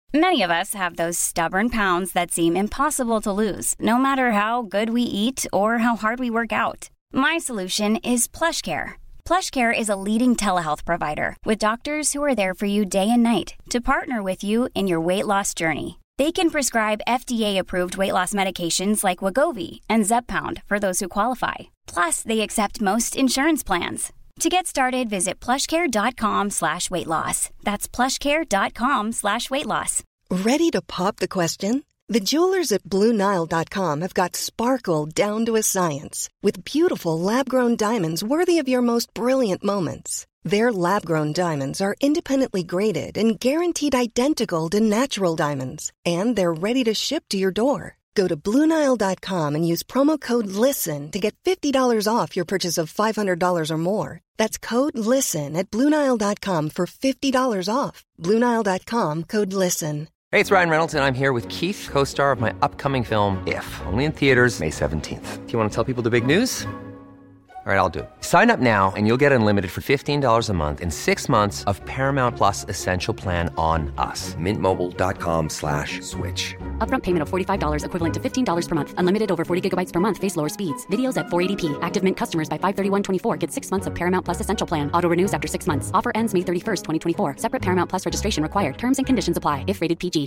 Many of us have those stubborn pounds that seem impossible to lose, no matter how good we eat or how hard we work out. My solution is PlushCare. PlushCare is a leading telehealth provider with doctors who are there for you day and night to partner with you in your weight loss journey. They can prescribe FDA-approved weight loss medications like Wegovy and Zepbound for those who qualify. Plus, they accept most insurance plans. To get started, visit plushcare.com/weightloss. That's plushcare.com/weightloss. Ready to pop the question? The jewelers at BlueNile.com have got sparkle down to a science with beautiful lab-grown diamonds worthy of your most brilliant moments. Their lab-grown diamonds are independently graded and guaranteed identical to natural diamonds. And they're ready to ship to your door. Go to BlueNile.com and use promo code LISTEN to get $50 off your purchase of $500 or more. That's code LISTEN at BlueNile.com for $50 off. BlueNile.com, code LISTEN. Hey, it's Ryan Reynolds, and I'm here with Keith, co-star of my upcoming film, If, only in theaters May 17th. Do you want to tell people the big news? All right, I'll do it. Sign up now and you'll get unlimited for $15 a month and 6 months of Paramount Plus Essential Plan on us. MintMobile.com/switch. Upfront payment of $45 equivalent to $15 per month. Unlimited over 40 gigabytes per month. Face lower speeds. Videos at 480p. Active Mint customers by 531.24 get 6 months of Paramount Plus Essential Plan. Auto renews after 6 months. Offer ends May 31st, 2024. Separate Paramount Plus registration required. Terms and conditions apply if rated PG.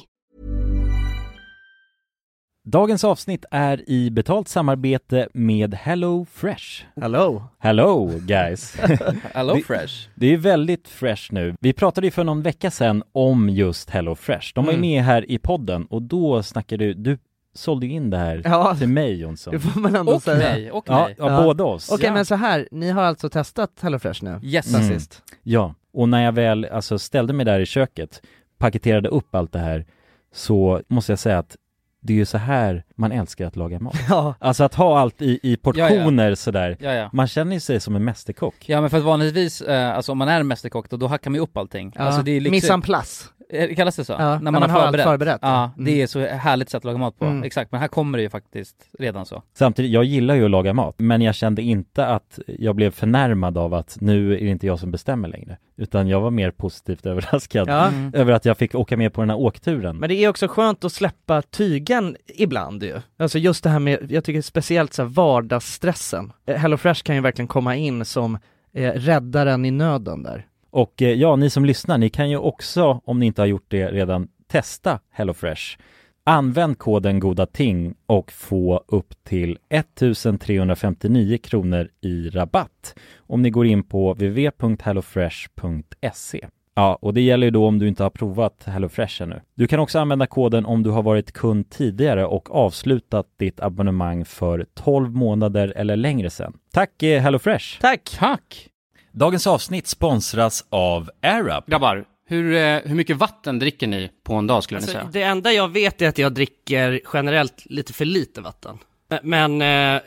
Dagens avsnitt är i betalt samarbete med Hello Fresh. Hello guys. Hello Fresh. Det är väldigt fresh nu. Vi pratade ju för någon vecka sedan om just Hello Fresh. De var ju med här i podden och då snackade du sålde in det här till mig, Jonsson. Det får man ändå säga. Mig. Ja, båda oss. Okej, men så här, ni har alltså testat Hello Fresh nu? Yes. Sist. Ja, och när jag väl ställde mig där i köket, paketerade upp allt det här, så måste jag säga att det är ju så här man älskar att laga mat. Ja. Alltså att ha allt i portioner sådär. Ja. Man känner sig som en mästerkock. Ja, men för att vanligtvis, alltså om man är mästerkock då hackar man ju upp allting. Ja. Alltså det är liksom, Mise en place. Kallas det så? Ja, när man har förberett. Ja, det är så härligt sätt att laga mat på. Exakt, men här kommer det ju faktiskt redan så. Samtidigt, jag gillar ju att laga mat, men jag kände inte att jag blev förnärmad av att nu är det inte jag som bestämmer längre. Utan jag var mer positivt överraskad över att jag fick åka med på den här åkturen. Men det är också skönt att släppa tygen ibland ju. Alltså just det här med, jag tycker speciellt så här vardagsstressen. Hello Fresh kan ju verkligen komma in som räddaren i nöden där. Och ni som lyssnar, ni kan ju också, om ni inte har gjort det redan, testa Hello Fresh. Använd koden GODATING och få upp till 1359 kronor i rabatt om ni går in på www.hellofresh.se. Ja, och det gäller ju då om du inte har provat Hello Fresh ännu. Du kan också använda koden om du har varit kund tidigare och avslutat ditt abonnemang för 12 månader eller längre sedan. Tack Hello Fresh! Tack! Dagens avsnitt sponsras av AirUp. Grabbar, hur mycket vatten dricker ni på en dag skulle ni säga? Det enda jag vet är att jag dricker generellt lite för lite vatten. Men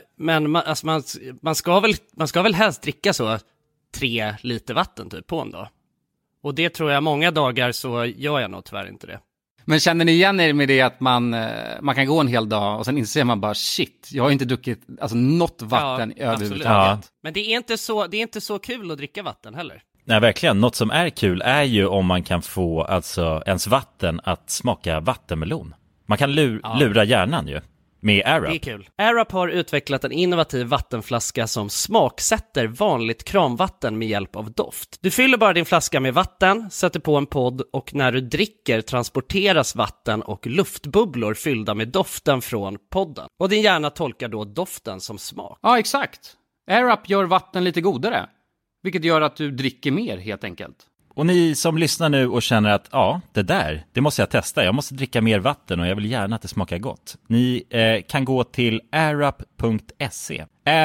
man ska väl helst dricka så 3 liter vatten typ på en dag. Och det tror jag många dagar så gör jag nog tyvärr inte det. Men känner ni igen er med det att man kan gå en hel dag och sen inser man bara shit, jag har inte druckit något vatten överhuvudtaget. Ja. Men det är inte så kul att dricka vatten heller. Nej, verkligen. Något som är kul är ju om man kan få ens vatten att smaka vattenmelon. Man kan lura hjärnan ju med AirUp. Det är kul. AirUp har utvecklat en innovativ vattenflaska som smaksätter vanligt kranvatten med hjälp av doft. Du fyller bara din flaska med vatten, sätter på en podd och när du dricker transporteras vatten och luftbubblor fyllda med doften från podden. Och din hjärna tolkar då doften som smak. Ja, exakt. AirUp gör vatten lite godare, vilket gör att du dricker mer helt enkelt. Och ni som lyssnar nu och känner att det måste jag testa. Jag måste dricka mer vatten och jag vill gärna att det smakar gott. Ni kan gå till airup.se.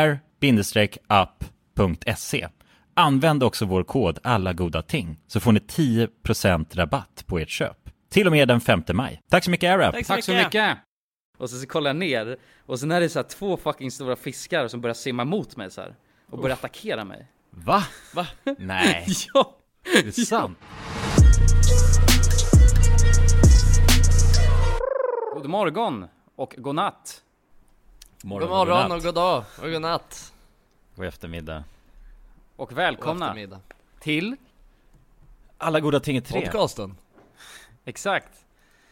air-up.se. Använd också vår kod alla goda ting så får ni 10% rabatt på ert köp. Till och med den 5 maj. Tack så mycket AirUp. Tack så mycket. Och så kollar jag ner och sen är det så här 2 fucking stora fiskar som börjar simma mot mig så här och börjar attackera mig. Va? Nej. Ja. Det är sant. God morgon och god natt. God morgon och god dag och god natt. God eftermiddag. Och välkomna till Alla goda ting är 3. Podcasten. Exakt.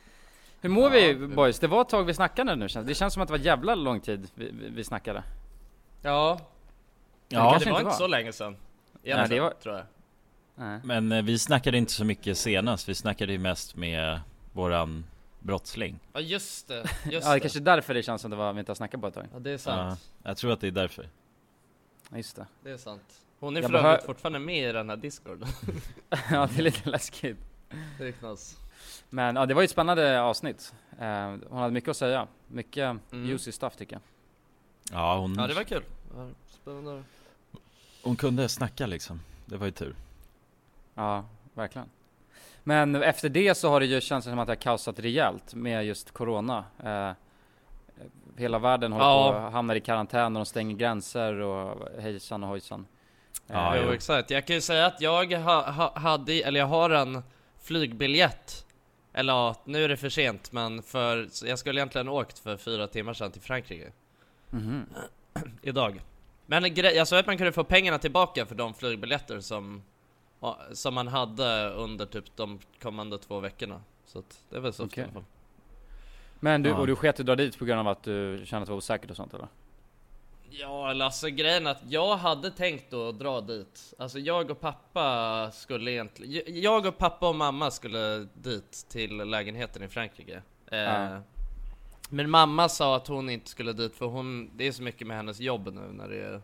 Hur mår vi boys? Det var ett tag vi snackade nu. Det känns som att det var jävla lång tid vi snackade. Ja, Ja, det var inte så länge sedan. Nej, det var... tror jag. Nej. Men vi snackade inte så mycket senast. Vi snackade ju mest med våran brottsling. Ja, just det. Ja, det är kanske därför det känns som det var vi inte har snackat på ett tag. Ja, det är sant. Ja, jag tror att det är därför. Just det. Det är sant. Hon är Jag för övrigt fortfarande med i den här Discord. Ja, det är lite läskigt. Det är knas. Men ja, det var ju ett spännande avsnitt. Hon hade mycket att säga. Mycket juicy stuff tycker jag. Ja, Ja, det var kul. Ja, spännande. Hon kunde snacka liksom. Det var ju tur. Ja, verkligen. Men efter det så har det ju känts som att det har kaosat rejält med just corona. Hela världen håller på att hamna i karantän och de stänger gränser och hejsan och hojsan. Ja, exakt. Jag kan ju säga att jag jag har en flygbiljett. Eller ja, nu är det för sent, men jag skulle egentligen åkt för 4 timmar sedan till Frankrike. Idag. Men jag sa att man kunde få pengarna tillbaka för de flygbiljetter som man hade under typ de kommande 2 veckorna. Så att det är väl så i alla fall. Men du sket att dra dit på grund av att du kände att det var osäkert och sånt eller? Ja, eller alltså grejen att jag hade tänkt att dra dit. Alltså jag och pappa och mamma skulle dit till lägenheten i Frankrike. Men mamma sa att hon inte skulle dit för det är så mycket med hennes jobb nu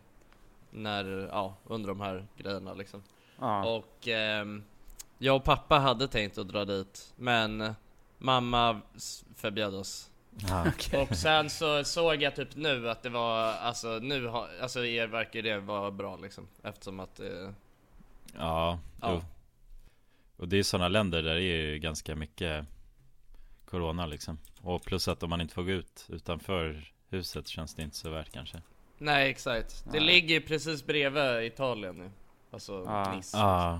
under de här grejerna liksom. Och jag och pappa hade tänkt att dra dit, men mamma förbjöd oss. Okay. Och sen så såg jag typ nu att det var alltså verkar det vara bra liksom, eftersom att ja. Och det är sådana länder där det är ganska mycket corona liksom. Och plus att om man inte får gå ut utanför huset känns det inte så värt kanske. Nej, exakt. Det ligger precis bredvid Italien nu. Alltså Nice. Ja.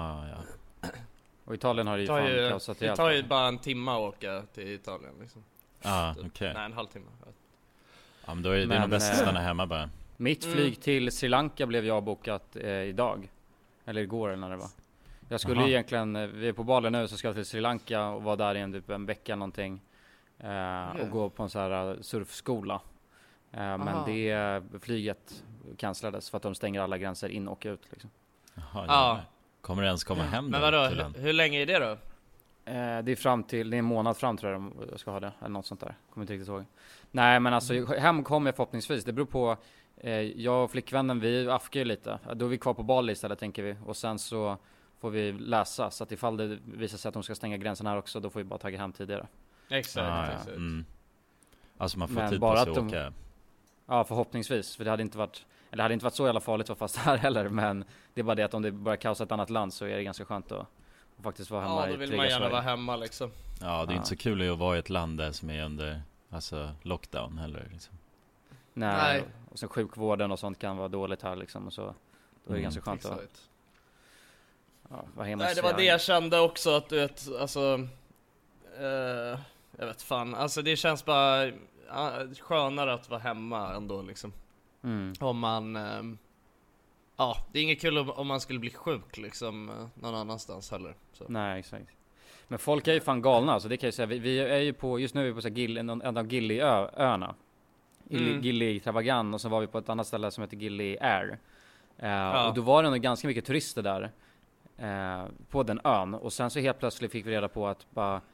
Och Italien har ju fan kaosat det tar ju bara en timme att åka till Italien liksom. Okej. Nej, en halvtimme. Ja, men då är det nog bäst att stanna hemma bara. Mitt flyg till Sri Lanka blev jag bokat idag. Eller igår eller när det var. Jag skulle egentligen, vi är på Bali nu, så ska jag till Sri Lanka och vara där i typ en vecka eller någonting. Och gå på en sån här surfskola. Men det flyget cancelades för att de stänger alla gränser in och ut liksom. Kommer det ens komma hem? Men vadå, hur länge är det då? Det är en månad fram tror jag de ska ha det. Eller något sånt där, kommer inte riktigt ihåg. Nej men alltså hem kommer jag förhoppningsvis. Det beror på, jag och flickvännen vi afkar lite. Då är vi kvar på Bali istället tänker vi. Och sen så får vi läsa. Så att ifall det visar sig att de ska stänga gränsen här också, då får vi bara tagga hem tidigare. Exakt. Alltså man får tid på sig att åka. Ja, förhoppningsvis. För det hade inte varit så jävla farligt att vara fast här heller. Men det är bara det att om det börjar kaosa ett annat land så är det ganska skönt att faktiskt vara hemma. Ja, då vill man gärna vara hemma liksom. Ja, det är inte så kul att vara i ett land där som är under lockdown heller liksom. Nej. Och sen sjukvården och sånt kan vara dåligt här liksom. Och så, då är det ganska skönt att vara hemma. Nej, det var det jag kände också, att du vet, alltså jag vet fan, alltså det känns bara skönare att vara hemma ändå liksom. Om man det är inget kul om man skulle bli sjuk liksom någon annanstans heller så. Nej, exakt. Men folk är ju fan galna, alltså det kan jag säga. Vi är ju på, just nu är vi på så här en av Gili-öarna. Gili Travagan, och så var vi på ett annat ställe som heter Gili Air. Och då var det nog ganska mycket turister där på den ön. Och sen så helt plötsligt fick vi reda på att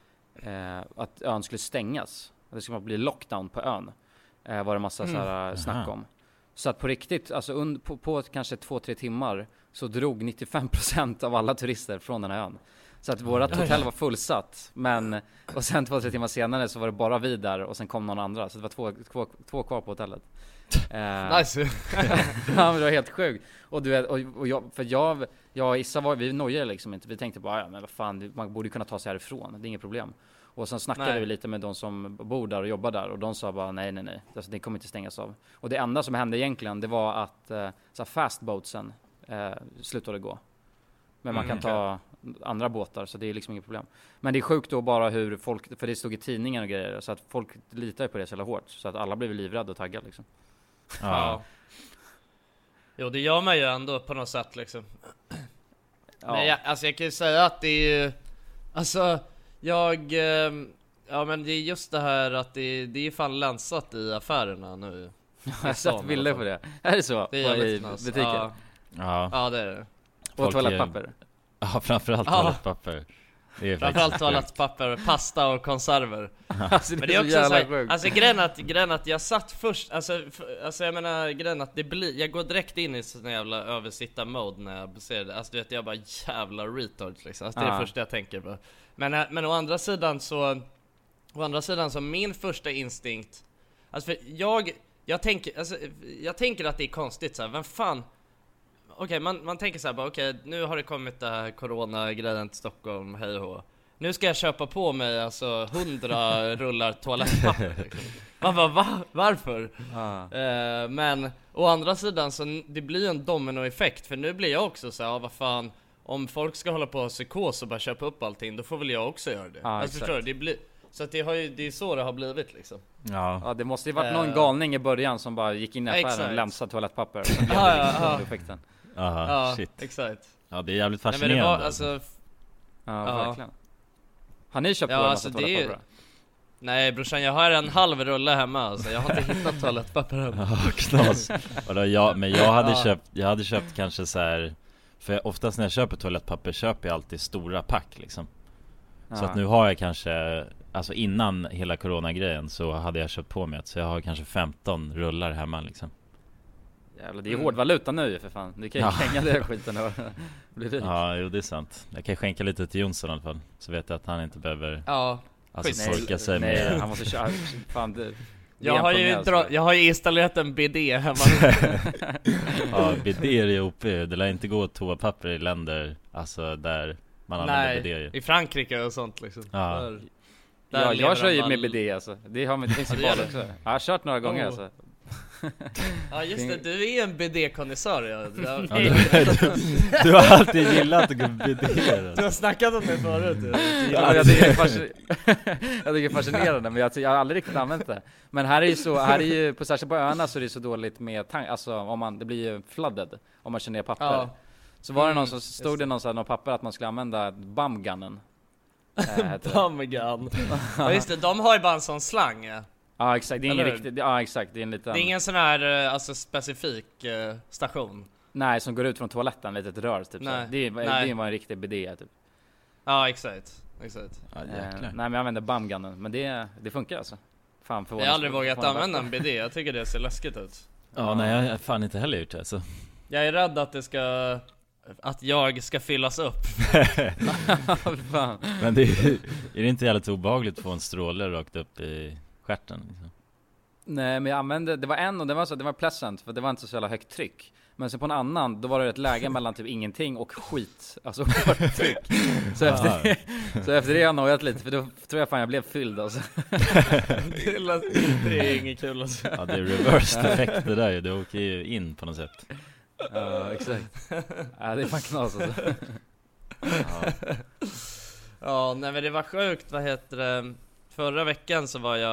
att ön skulle stängas. Att det skulle bli lockdown på ön. Var det massa så här snack om. Så att på riktigt, alltså på kanske 2-3 timmar så drog 95% av alla turister från den här ön. Så att vårat hotell var fullsatt. Och sen 2-3 timmar senare så var det bara vi där och sen kom någon andra. Så det var två kvar på hotellet. Nice. Ja, men det var helt sjukt. Och du vet, jag och Issa vi nojade liksom inte. Vi tänkte bara, men vad fan, man borde kunna ta sig härifrån. Det är inget problem. Och sen snackade vi lite med de som bor där och jobbar där. Och de sa bara nej. Alltså, det kommer inte stängas av. Och det enda som hände egentligen, det var att så fastboatsen slutade gå. Men man kan ta andra båtar, så det är liksom inget problem. Men det är sjukt då bara hur folk, för det stod i tidningen och grejer, så att folk litar på det så jävla hårt. Så att alla blev livrädda och taggade liksom. Ja. Jo, det gör man ju ändå på något sätt liksom. Men jag kan ju säga att det är ju, alltså jag Ja men det är just det här att det är fan länsat i affärerna nu. Jag har sett bilder på det. Är det så? Det är i butiken? Ja, det är det. Och toalettpapper. Ja, framförallt toalettpapper. Framförallt toalettpapper, pasta och konserver. Alltså, men det är också så här, alltså grejen att jag satt först, alltså jag menar grejen att det blir, jag går direkt in i sån jävla översitta mode när jag ser det. Alltså du vet, jag bara jävla retards liksom. Alltså det är det första jag tänker på. Men å andra sidan så min första instinkt, alltså för jag tänker att det är konstigt så här, vem fan. Okej, man tänker så här bara, okej, nu har det kommit det här corona-grejen till Stockholm, hej och hå. Nu ska jag köpa på mig alltså 100 rullar toalettpapper liksom. Man bara, varför? Men å andra sidan så det blir en dominoeffekt, för nu blir jag också så här, vad fan, om folk ska hålla på och psykos och bara köpa upp allting, då får väl jag också göra det. Alltså förstår du, det blir så att det är så det har blivit liksom. Ja, det måste ju varit någon galning i början som bara gick in i affären och lämsade toalettpapper. Effekten. Aha, shit. Exakt. Ja, det är jävligt fascinerande. Nej, men det var, alltså, verkligen. Har ni köpt alltså toalettpapper? Nej brorsan, jag har en halv rulle hemma alltså. Jag har inte hittat toalettpapper än. Knas. Men jag hade köpt kanske så här, för oftast när jag köper toalettpapper köper jag alltid stora pack liksom. Så att nu har jag kanske, alltså innan hela coronagrejen så hade jag köpt på mig så jag har kanske 15 rullar hemma liksom. Jävla, det är hårdvaluta nu för fan. Du kan ju kränga det skiten och bli rik. Ja, jo det är sant. Jag kan skänka lite till Jonsson i alla fall, så vet jag att han inte behöver torka sig med. Han måste köra fan det. Jag har ju installerat en BD hemma. Ja, BD är OP. Det lär inte gå toapapper i länder alltså där man använder BD. I Frankrike och sånt liksom. Ja, jag kör ju med BD alltså. Det har man inte i bad också. Jag har kört några gånger alltså. Ja just det, du är en BD-konnässör. Du har alltid gillat BD. Du har snackat om det förut. Jag tycker det är fascinerande, men jag har aldrig riktigt använt det. Men här är ju på särskilt på öarna så är det så dåligt med alltså om det blir ju flooded om man kör ner papper. Så var det någon som stod det någon papper att man skulle använda bumgunnen. Bumgun. Ja just det, de har ju bara en sån slang. Ja exakt, det är ingen riktigt, exakt, det är en liten. Det är ingen sån här alltså specifik station. Nej, som går ut från toaletten, lite ett rör typ. Nej. Så. Det är en riktig BD typ. Ja exakt. Ja, nej men jag använder bumgunnen, men det funkar alltså. Fan för jag har aldrig vågat använda en BD, jag tycker det ser läskigt ut. Ja, nej jag har fan inte heller gjort det alltså. Jag är rädd att jag ska fyllas upp. Fan. Men det är det inte jävligt obehagligt att få en stråle rakt upp i stjärten liksom? Nej, men jag använde, det var en och det var pleasant för det var inte så jävla högt tryck. Men sen på en annan, då var det ett läge mellan typ ingenting och skit. Alltså hårt tryck. Så efter det har jag nojat lite, för då tror jag fan jag blev fylld alltså. Det är inget kul alltså. Ja, det är reversed effekt det där. Du åker ju in på något sätt. Ja, exakt. Ja, det är fan knas alltså. Ja, nej men det var sjukt, vad heter det? Förra veckan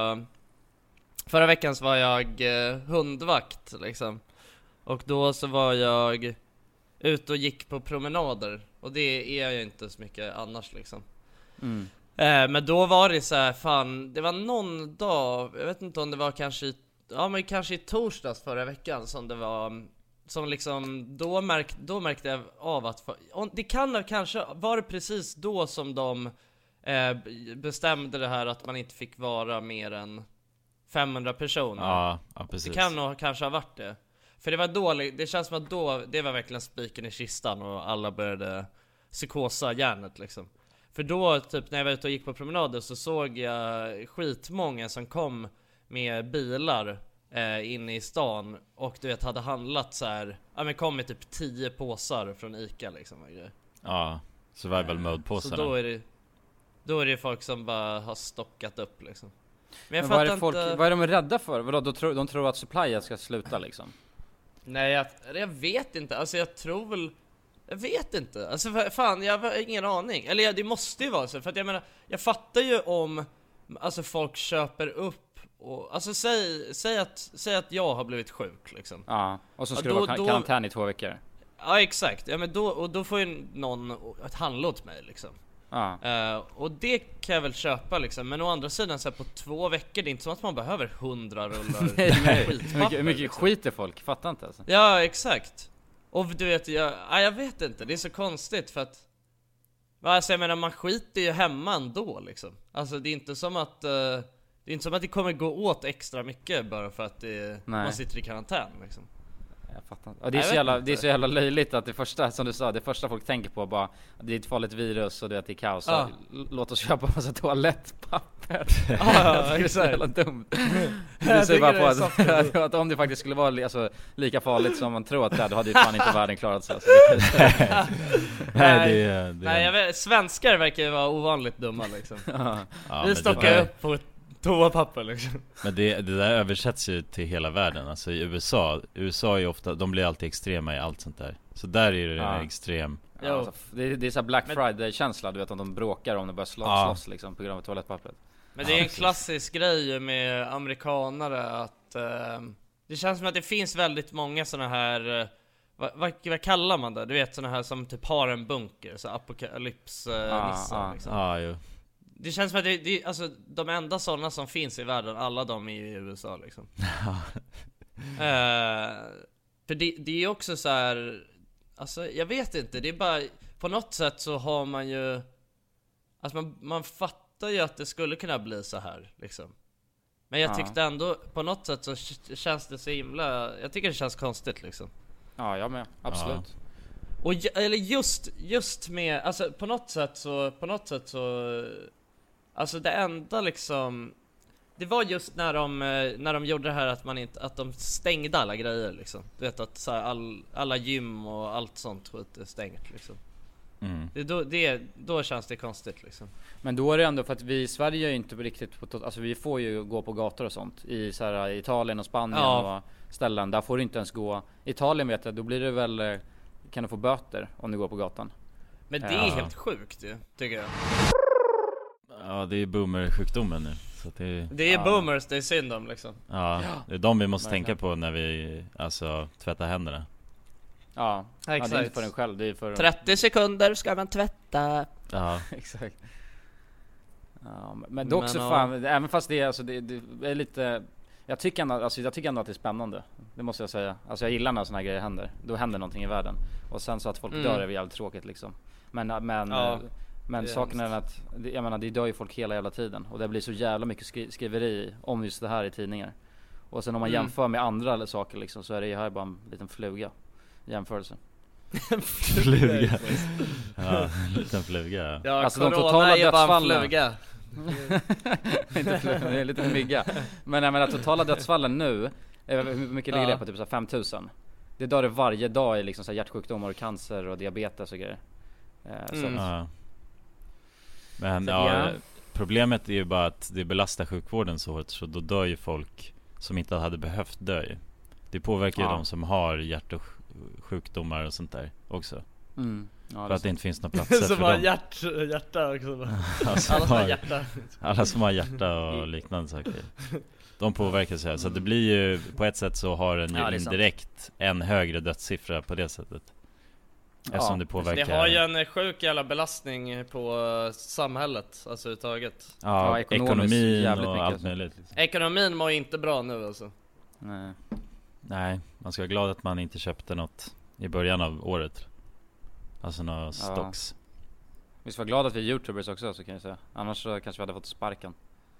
var jag hundvakt liksom. Och då så var jag ute och gick på promenader. Och det är jag ju inte så mycket annars liksom. Men då var det så här, fan, det var någon dag, jag vet inte om det var kanske i torsdags förra veckan som det var, som liksom, då märkte jag av att, det kan kanske var det precis då som de bestämde det här att man inte fick vara mer än 500 personer. Ja, precis. Det kan nog kanske ha varit det. För det var dåligt, det känns som att då, det var verkligen spiken i kistan och alla började psykosa hjärnet liksom. För då, typ när jag var ute och gick på promenader så såg jag skitmånga som kom med bilar inne i stan och du vet hade handlat så här, ja men kom med typ 10 påsar från Ica liksom. Ja, survival mode påsarna. Så då är det folk som bara har stockat upp liksom. Men vad är de rädda för? Vadå, de tror att supplyet ska sluta liksom? Nej, jag vet inte. Alltså jag vet inte. Alltså fan, jag har ingen aning. Eller det måste ju vara så. För att jag menar, jag fattar ju om alltså folk köper upp och, alltså säg att jag har blivit sjuk liksom. Ja, och så ska du vara karantän i 2 veckor. Ja, exakt. Ja, men då får ju någon ett handla åt mig liksom. Och det kan jag väl köpa liksom. Men å andra sidan så här, på 2 veckor, det är inte som att man behöver 100 rullar skitpapper. Mycket liksom. skit i folk, fattar inte alltså. Ja, exakt. Och du vet, jag vet inte, det är så konstigt för att alltså jag menar, man skiter ju hemma ändå liksom. Alltså det är inte som att det kommer gå åt extra mycket bara för att man sitter i karantän liksom. Jag fattar inte. Och det är så jävla löjligt att det första, som du sa, det första folk tänker på bara det är ett farligt virus och det är kaos. Låt oss köpa en massa toalettpapper. Det är så jävla dumt. Det säger bara på att om det faktiskt skulle vara alltså, lika farligt som man tror att det är, då hade ju fan inte världen klarat sig. Nej, jag vet, svenskar verkar ju vara ovanligt dumma liksom. Vi stockar upp på toapapper liksom. Men det där översätts ju till hela världen. Alltså i USA är ju ofta, de blir alltid extrema i allt sånt där. Så där är det en extrem. Alltså, det är så Black Friday-känsla, du vet, om de bråkar om de börjar slåss liksom, på grund av toalettpappret. Men det är en klassisk grej med amerikanare att det känns som att det finns väldigt många såna här vad kallar man det? Du vet, såna här som typ har en bunker, så apokalyps-nissar liksom. Jo. Det känns som att det alltså, de enda sådana som finns i världen, alla de är i USA liksom. För det är också så här, alltså jag vet inte, det är bara på något sätt så har man ju, alltså man fattar ju att det skulle kunna bli så här liksom. Men jag tyckte ändå på något sätt så känns det så himla, jag tycker det känns konstigt liksom. Ja, jag med, absolut. Och eller just med, alltså på något sätt så alltså det enda liksom, det var just när de gjorde det här att de stängde alla grejer liksom. Du vet att så här, alla gym och allt sånt skit är stängt liksom. Då känns det konstigt liksom. Men då är det ändå för att vi i Sverige är inte riktigt alltså vi får ju gå på gator och sånt i så här Italien och Spanien och ställen där får du inte ens gå. Italien vet jag, då blir det väl, kan du få böter om du går på gatan. Men det är helt sjukt ju, tycker jag. Ja, det är boomer-sjukdomen nu. Så det är boomers, det är synd om liksom. Ja, det är de vi måste tänka på när vi alltså tvättar händerna. Ja, exakt. Det är inte för en själv, det är för 30 sekunder ska man tvätta. Ja, exakt. Ja, men det också fan, även fast det är alltså det är lite, jag tycker ändå att det är spännande. Det måste jag säga. Alltså jag gillar när såna här grejer händer. Då händer någonting i världen. Och sen så att folk dör är jävligt tråkigt liksom. Men saken är att jag menar, det dör ju folk hela jävla tiden. Och det blir så jävla mycket skriveri om just det här i tidningar. Och sen om man jämför med andra saker liksom, så är det ju här bara en liten fluga jämförelse. Fluga. Ja, en liten fluga. Ja, alltså de totala dödsfallen. Inte fluga, det är lite mygga. Men jag menar, totala dödsfallen nu, hur mycket ligger det på? Typ så 5000. Det dör det varje dag i liksom så här hjärtsjukdomar och cancer och diabetes och grejer. Men problemet är ju bara att det belastar sjukvården så hårt, så då dör ju folk som inte hade behövt dö. Det påverkar ju de som har hjärtsjukdomar och sånt där också. För att det inte finns några platser som för har dem. hjärta också. Alla som har hjärta och liknande saker. De påverkas här. Så det blir ju, på ett sätt så har den ju indirekt en högre dödssiffra på det sättet. Eftersom det påverkar. Det har ju en sjuk jävla belastning på samhället, alltså uttaget. Ja, ekonomin och allt möjligt. Ekonomin mår inte bra nu alltså. Nej, man ska vara glad att man inte köpte något i början av året. Alltså några stocks. Vi ska vara glada att vi är YouTubers också, så kan jag säga. Annars så kanske vi hade fått sparken.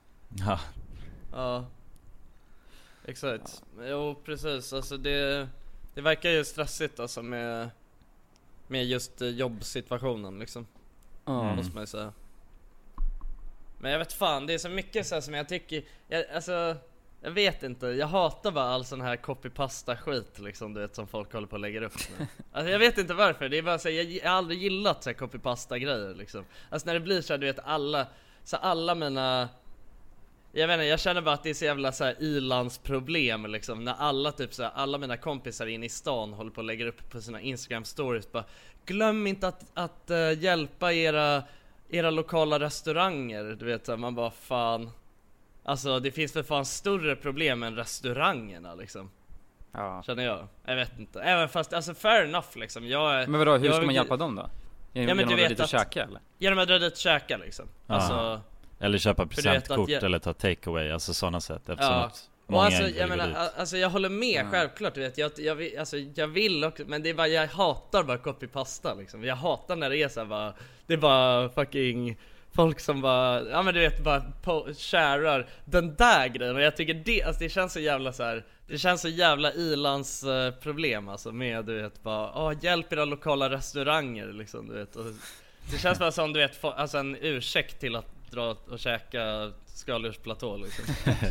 Ja. Exakt. Jo, precis. Alltså det verkar ju stressigt alltså med just jobbsituationen liksom. Måste man ju säga. Men jag vet fan, det är så mycket så här som jag tycker jag vet inte, jag hatar bara all sån här copypasta skit liksom, du vet, som folk håller på att lägga upp nu. Alltså jag vet inte varför, det är bara så här, jag har aldrig gillat så här copypasta grejer liksom. Alltså när det blir så här, du vet, alla mina, jag vet inte, jag känner bara att det är så jävla så här ilandsproblem liksom, när alla typ så här, alla mina kompisar inne i stan håller på att lägga upp på sina Instagram stories bara, glöm inte att hjälpa era lokala restauranger, du vet så här, man bara fan. Alltså det finns för fan större problem än restaurangerna liksom. Ja. Känner jag. Jag vet inte. Även fast, alltså fair enough liksom. Men vadå, hur ska man hjälpa dem då? Genom men du att dra vet dit och att- käka eller? Genom att dra dit och käka liksom. Ja. Alltså, Eller köpa du vet presentkort att eller ta takeaway, alltså sådana sätt. Eftersom ja. att Och många alltså, inte jag vill gå menar, dit. alltså jag håller med självklart, du vet. Jag vill också, men det är bara, jag hatar bara copypasta liksom. Jag hatar när det är så här bara, det är bara fucking folk som bara, ja men du vet, bara sharar den där grejen. Och jag tycker det, alltså det känns så jävla så här, det känns så jävla Ilans problem alltså med, du vet, bara, hjälp era lokala restauranger liksom, du vet. Och det känns bara som, du vet, alltså en ursäkt till att dra och käka skaldjursplatå liksom.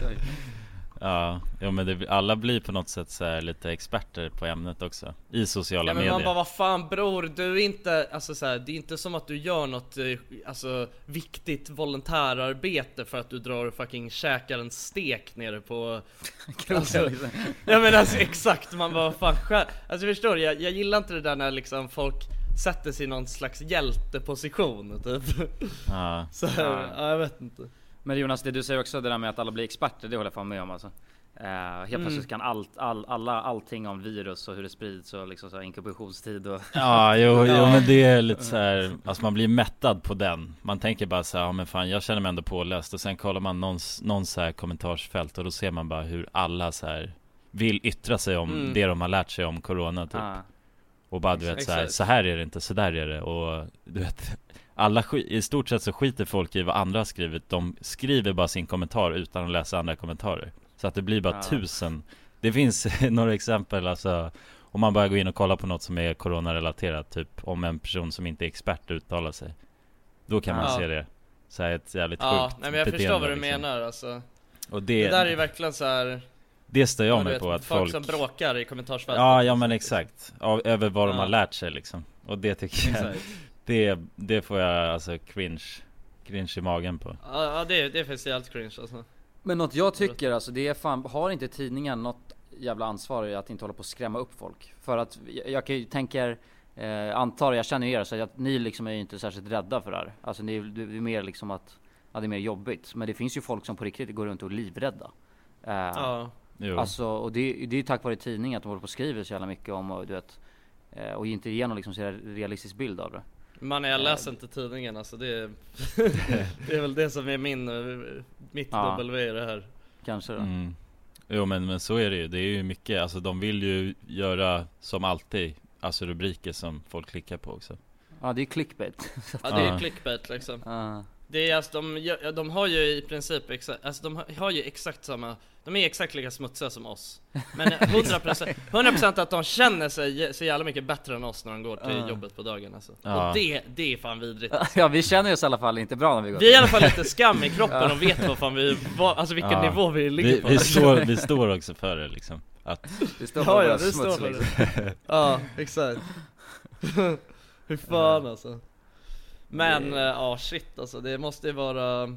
Ja, men alla blir på något sätt så här lite experter på ämnet också i sociala Ja men medier. man bara, vad fan bror, du är inte, alltså så här, det är inte som att du gör något alltså viktigt volontärarbete för att du drar och fucking käkar en stek nere på alltså, ja men alltså exakt, man bara, fan alltså förstår du, jag gillar inte det där när liksom folk sätter sig i någon slags hjälteposition typ. Ja. Så här, ja, jag vet inte. Men Jonas, det du säger också, det där med att alla blir experter, det håller jag fan med om alltså. Helt plötsligt kan allting om virus och hur det sprids och liksom så här inkubationstid och Ja, jo, men det är lite så här, alltså man blir mättad på den. Man tänker bara så här, ja men fan, jag känner mig ändå påläst. Och sen kollar man någon så här kommentarsfält och då ser man bara hur alla så här vill yttra sig om det de har lärt sig om corona typ. Och bara du vet så här är det inte, så där är det. Och du vet, i stort sett så skiter folk i vad andra har skrivit. De skriver bara sin kommentar utan att läsa andra kommentarer. Så att det blir bara 1000. Det finns några exempel, alltså om man bara går in och kollar på något som är coronarelaterat, typ om en person som inte är expert uttalar sig, då kan man se det. Så här ett jävligt sjukt nej men jag förstår vad du liksom. menar alltså. Och det där är ju verkligen så här. Det stör jag mig på, att folk som bråkar i kommentarsfältet. Ja men exakt. Över vad de har lärt sig liksom. Och det tycker jag det får jag alltså cringe i magen på. Ja, det finns ju allt cringe alltså. Men något jag tycker alltså, det är fan, har inte tidningen något jävla ansvar i att inte hålla på att skrämma upp folk? För att jag tänker, antar, jag känner er så att ni liksom är inte särskilt rädda för det här. Alltså det är mer liksom att det är mer jobbigt. Men det finns ju folk som på riktigt går runt och är livrädda. Alltså, och det är tack vare tidningen att de håller på och skriver så jävla mycket om, och du vet, och inte igenom liksom så realistisk bild av det. Jag läser inte tidningen alltså, det är väl det som är mitt W i det här. Kanske då. Jo men så är det ju. Det är ju mycket, alltså de vill ju göra som alltid, alltså rubriker som folk klickar på också. Ja, det är clickbait. Ja, det är clickbait liksom. Det är alltså, de har ju i princip alltså de har ju exakt samma, de är exakt lika smutsiga som oss. Men 100% att de känner sig så jävla mycket bättre än oss när de går till jobbet på dagen alltså. Och det är fan vidrigt alltså. Ja, vi känner oss i alla fall inte bra när vi går. Vi är i alla fall lite skam i kroppen och vet vad fan alltså vilken nivå vi ligger på. Vi står också för det liksom. Att vi står för det smuts liksom. Ja, exakt. Hur fan alltså. Men shit alltså, det måste vara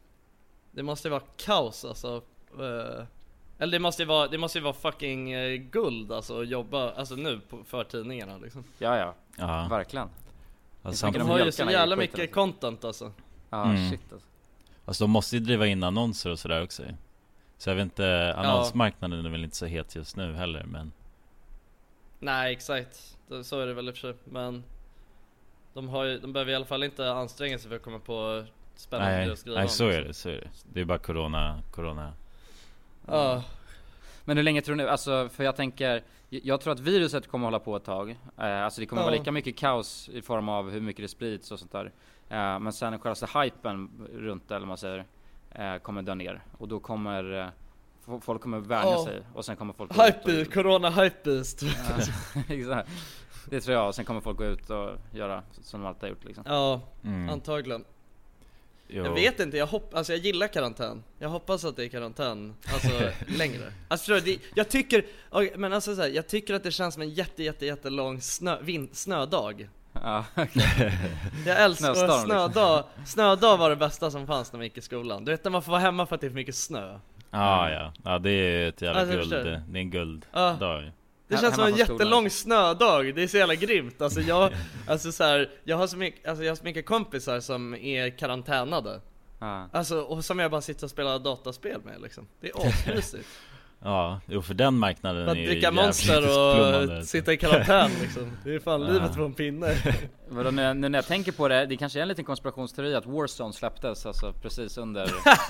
kaos alltså. Eller det måste ju vara fucking guld alltså att jobba alltså nu för tidningarna liksom. Ja, verkligen. Alltså, de har ju så jävla mycket content alltså. Shit alltså. Alltså de måste ju driva in annonser och sådär också. Så jag vet inte, annonsmarknaden är väl inte så het just nu heller, men nej, exakt. Så är det väl i och för sig, men de behöver i alla fall inte anstränga sig för att komma på spännande att skriva. Nej, så är det. Det är bara corona. Ja. Men hur länge tror ni, alltså, för jag tänker, jag tror att viruset kommer hålla på ett tag. Alltså det kommer vara lika mycket kaos i form av hur mycket det sprids och sånt där. Men sen själva hypen runt det, eller man säger, kommer dö ner. Och då kommer folk kommer värja sig. Och sen kommer folk corona-hypebeast. Exakt. Det tror jag. Och sen kommer folk gå ut och göra som de alltid har gjort liksom. Ja, antagligen. Jo. Jag vet inte, jag gillar karantän. Jag hoppas att det är karantän alltså längre. Alltså jag tycker jag tycker att det känns som en jättelång snödag. Ja, jag älskar snödag var det bästa som fanns när man gick i skolan. Du vet när man får vara hemma för att det är för mycket snö. Ja, det är ett jävla guld. Det är en gulddag. Det känns som en jättelång snödag. Det är så jävla grymt. Alltså jag har så mycket kompisar som är karantänade. Alltså, och som jag bara sitter och spelar dataspel med liksom. Det är asmysigt. Ja, jo, för den marknaden att är ju dricka Monster och sitta i karantän liksom. Det är fan livet på en pinne. Vadå, nu när jag tänker på det, det kanske är en liten konspirationsteori att Warzone släpptes alltså precis under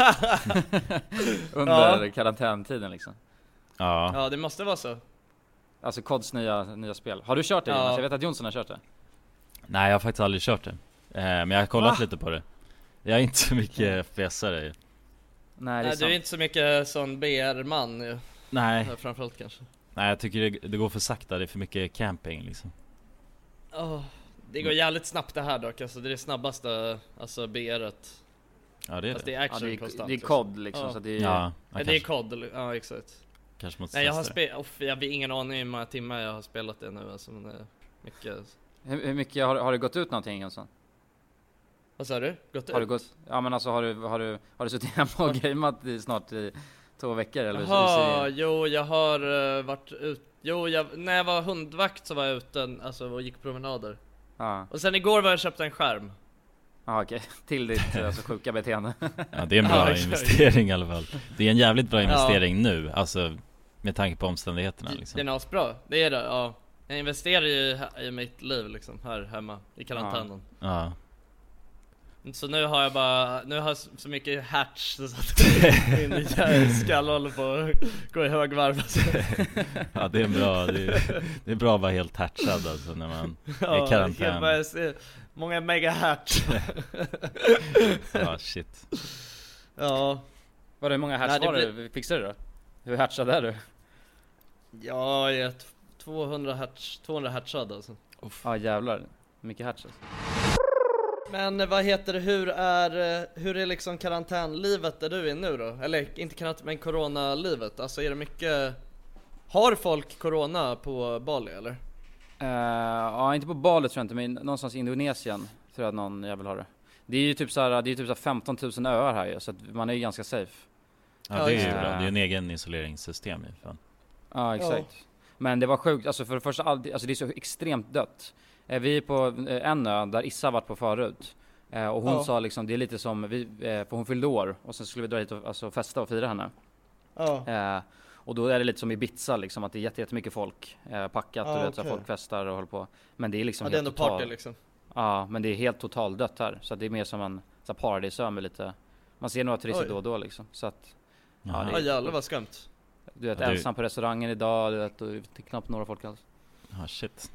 karantäntiden liksom. Ja, det måste vara så. Alltså CODs nya spel. Har du kört det? Jag vet att Jonsson har kört det. Nej, jag har faktiskt aldrig kört det. Men jag har kollat lite på det. Jag är inte så mycket FPS-are. Nej, du är inte så mycket sån BR-man ju. Nej. Framförallt kanske. Nej, jag tycker det går för sakta. Det är för mycket camping liksom. Det går jävligt snabbt det här dock. Alltså det är det snabbaste, alltså BR-et. Ja, det är alltså, det är action konstant. Det är COD liksom. Så det är... det är COD, ja exakt. Kanske måste nej, jag har jag har ingen aning hur många timmar jag har spelat det nu alltså, men mycket. Hur mycket har det gått ut någonting Jonsson? Vad sa du? Har du gått? Ja, men alltså har du suttit hemma och gameat i snart 2 veckor eller så? Jo, jag har varit ut. När jag var hundvakt så var jag ute alltså och gick promenader. Och sen igår var jag köpte en skärm. Okej. Till ditt alltså sjuka beteende. Ja, det är en bra investering i alla fall. Det är en jävligt bra investering nu, alltså med tanke på omständigheterna liksom. Det är asbra. Det är det, ja. Jag investerar ju i mitt liv liksom här hemma i karantänen. Ja. Så nu har jag så mycket hatch så att min skall håller på att gå i hög varv alltså. Ja, det är bra. Det är bra att vara helt hatchad alltså när man är i karantän. Många mega hatch. Ja, shit. Ja. Hur många hatch var det? Fixade du då? Hur hatchad är du? Ja, jag är 200 hatchad alltså. Ja, jävlar. Mycket hatch alltså. Men vad heter det, hur är liksom karantänlivet där du är nu då? Eller inte karantän, men coronalivet. Alltså är det mycket, har folk corona på Bali eller? Ja, inte på Bali tror jag inte, men någonstans i Indonesien tror jag att någon jävel har det. Det är ju typ så här 15 000 öar här ju, så att man är ju ganska safe. Ja, det är ju bra. Det är en egen isoleringssystem i fan. Ja, exakt. Ja. Men det var sjukt, alltså för det första, alltså det är så extremt dött. Vi är på en ö där Issa varit på förut. Och hon sa liksom, det är lite som för hon fyllde år. Och sen skulle vi dra hit och alltså, festa och fira henne. Och då är det lite som i Ibiza liksom, att det är jättemycket folk packat och vet, så folk festar och håller på. Men det är liksom det är ändå party liksom. Ja, men det är helt totalt dött här. Så det är mer som en så paradisö med lite, man ser några turister då och då liksom. Så att, ja jävlar vad skumt. Du vet, ensam på restaurangen idag, du vet, och det är knappt några folk alls. Shit.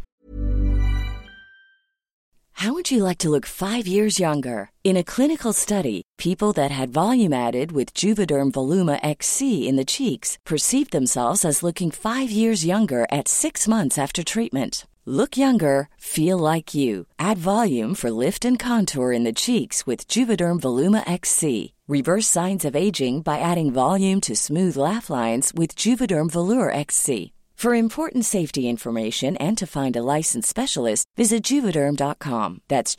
How would you like to look 5 years younger? In a clinical study, people that had volume added with Juvederm Voluma XC in the cheeks perceived themselves as looking 5 years younger at 6 months after treatment. Look younger, feel like you. Add volume for lift and contour in the cheeks with Juvederm Voluma XC. Reverse signs of aging by adding volume to smooth laugh lines with Juvederm Volure XC. For important safety information and to find a licensed specialist, visit Juvederm.com. That's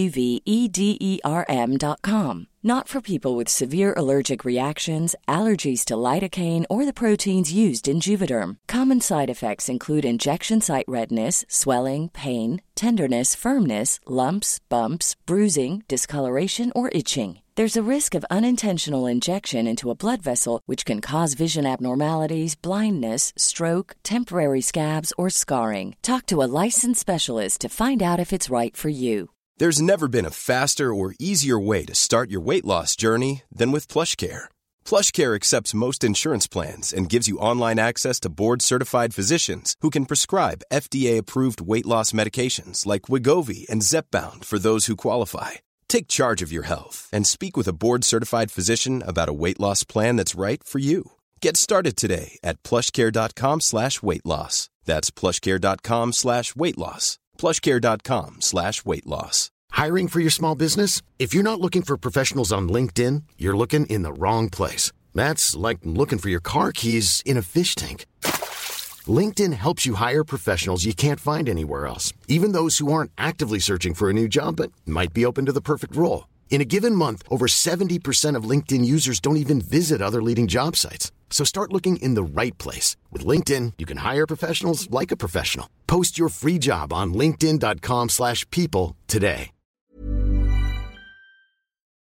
JUVEDERM.com. Not for people with severe allergic reactions, allergies to lidocaine, or the proteins used in Juvederm. Common side effects include injection site redness, swelling, pain, tenderness, firmness, lumps, bumps, bruising, discoloration, or itching. There's a risk of unintentional injection into a blood vessel, which can cause vision abnormalities, blindness, stroke, temporary scabs, or scarring. Talk to a licensed specialist to find out if it's right for you. There's never been a faster or easier way to start your weight loss journey than with PlushCare. PlushCare accepts most insurance plans and gives you online access to board-certified physicians who can prescribe FDA-approved weight loss medications like Wegovy and Zepbound for those who qualify. Take charge of your health and speak with a board-certified physician about a weight loss plan that's right for you. Get started today at plushcare.com/weightloss. That's plushcare.com/weightloss. plushcare.com/weightloss. Hiring for your small business? If you're not looking for professionals on LinkedIn, you're looking in the wrong place. That's like looking for your car keys in a fish tank. LinkedIn helps you hire professionals you can't find anywhere else, even those who aren't actively searching for a new job but might be open to the perfect role. In a given month, over 70% of LinkedIn users don't even visit other leading job sites. So start looking in the right place. With LinkedIn, you can hire professionals like a professional. Post your free job on linkedin.com/people today.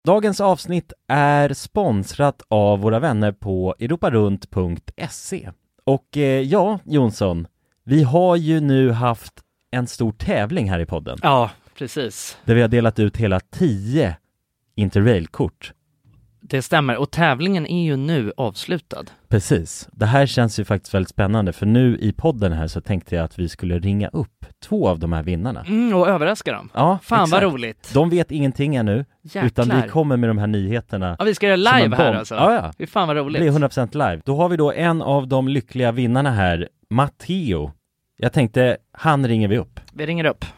Dagens avsnitt är sponsrat av våra vänner på europarunt.se. Och ja, Jonsson, vi har ju nu haft en stor tävling här i podden. Ja, precis. Där vi har delat ut hela 10 Interrail-kort. Det stämmer, och tävlingen är ju nu avslutad. Precis. Det här känns ju faktiskt väldigt spännande, för nu i podden här så tänkte jag att vi skulle ringa upp 2 av de här vinnarna. Och överraska dem. Ja, fan exakt. Vad roligt. De vet ingenting ännu, Jäklar. utan vi kommer med de här nyheterna. Ja, vi ska göra live här alltså. Ja. Det är fan vad roligt. Det blir 100% live. Då har vi då en av de lyckliga vinnarna här, Matteo. Jag tänkte, han ringer vi upp. Vi ringer upp.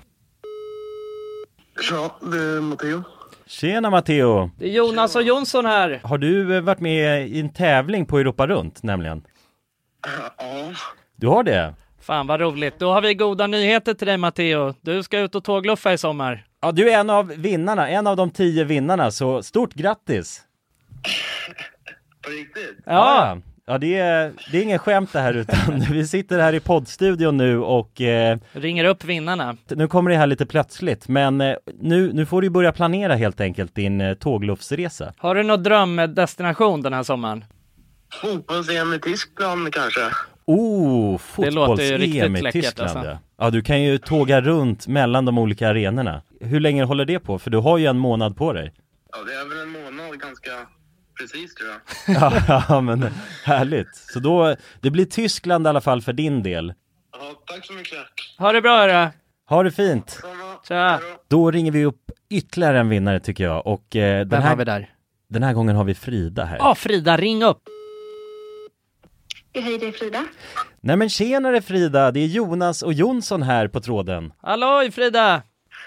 Ja, det är Matteo. Tjena Matteo! Det är Jonas och Jonsson här. Har du varit med i en tävling på Europa Runt nämligen? Ja. Du har det? Fan vad roligt. Då har vi goda nyheter till dig Matteo. Du ska ut och tågluffa i sommar. Ja, du är en av vinnarna, en av de 10 vinnarna, så stort grattis! På riktigt? Ja, det är ingen skämt det här, utan vi sitter här i poddstudion nu och ringer upp vinnarna. Nu kommer det här lite plötsligt, men nu får du börja planera helt enkelt din tågluffsresa. Har du någon drömdestination den här sommaren? Fotbolls-EM i Tyskland kanske. Fotbolls-EM i Tyskland. Alltså. Ja, du kan ju tåga runt mellan de olika arenorna. Hur länge håller det på? För du har ju en månad på dig. Ja, det är väl en månad ganska precis tror jag. Ja, men härligt. Så då, det blir Tyskland i alla fall för din del. Ja, tack så mycket. Ha det bra då. Ha det fint. Tja. Då ringer vi upp ytterligare en vinnare tycker jag. Och Vem har vi där? Den här gången har vi Frida här. Ja, Frida, ring upp. Hej, det är Frida. Nej men tjenare Frida, det är Jonas och Jonsson här på tråden. Halloj Frida!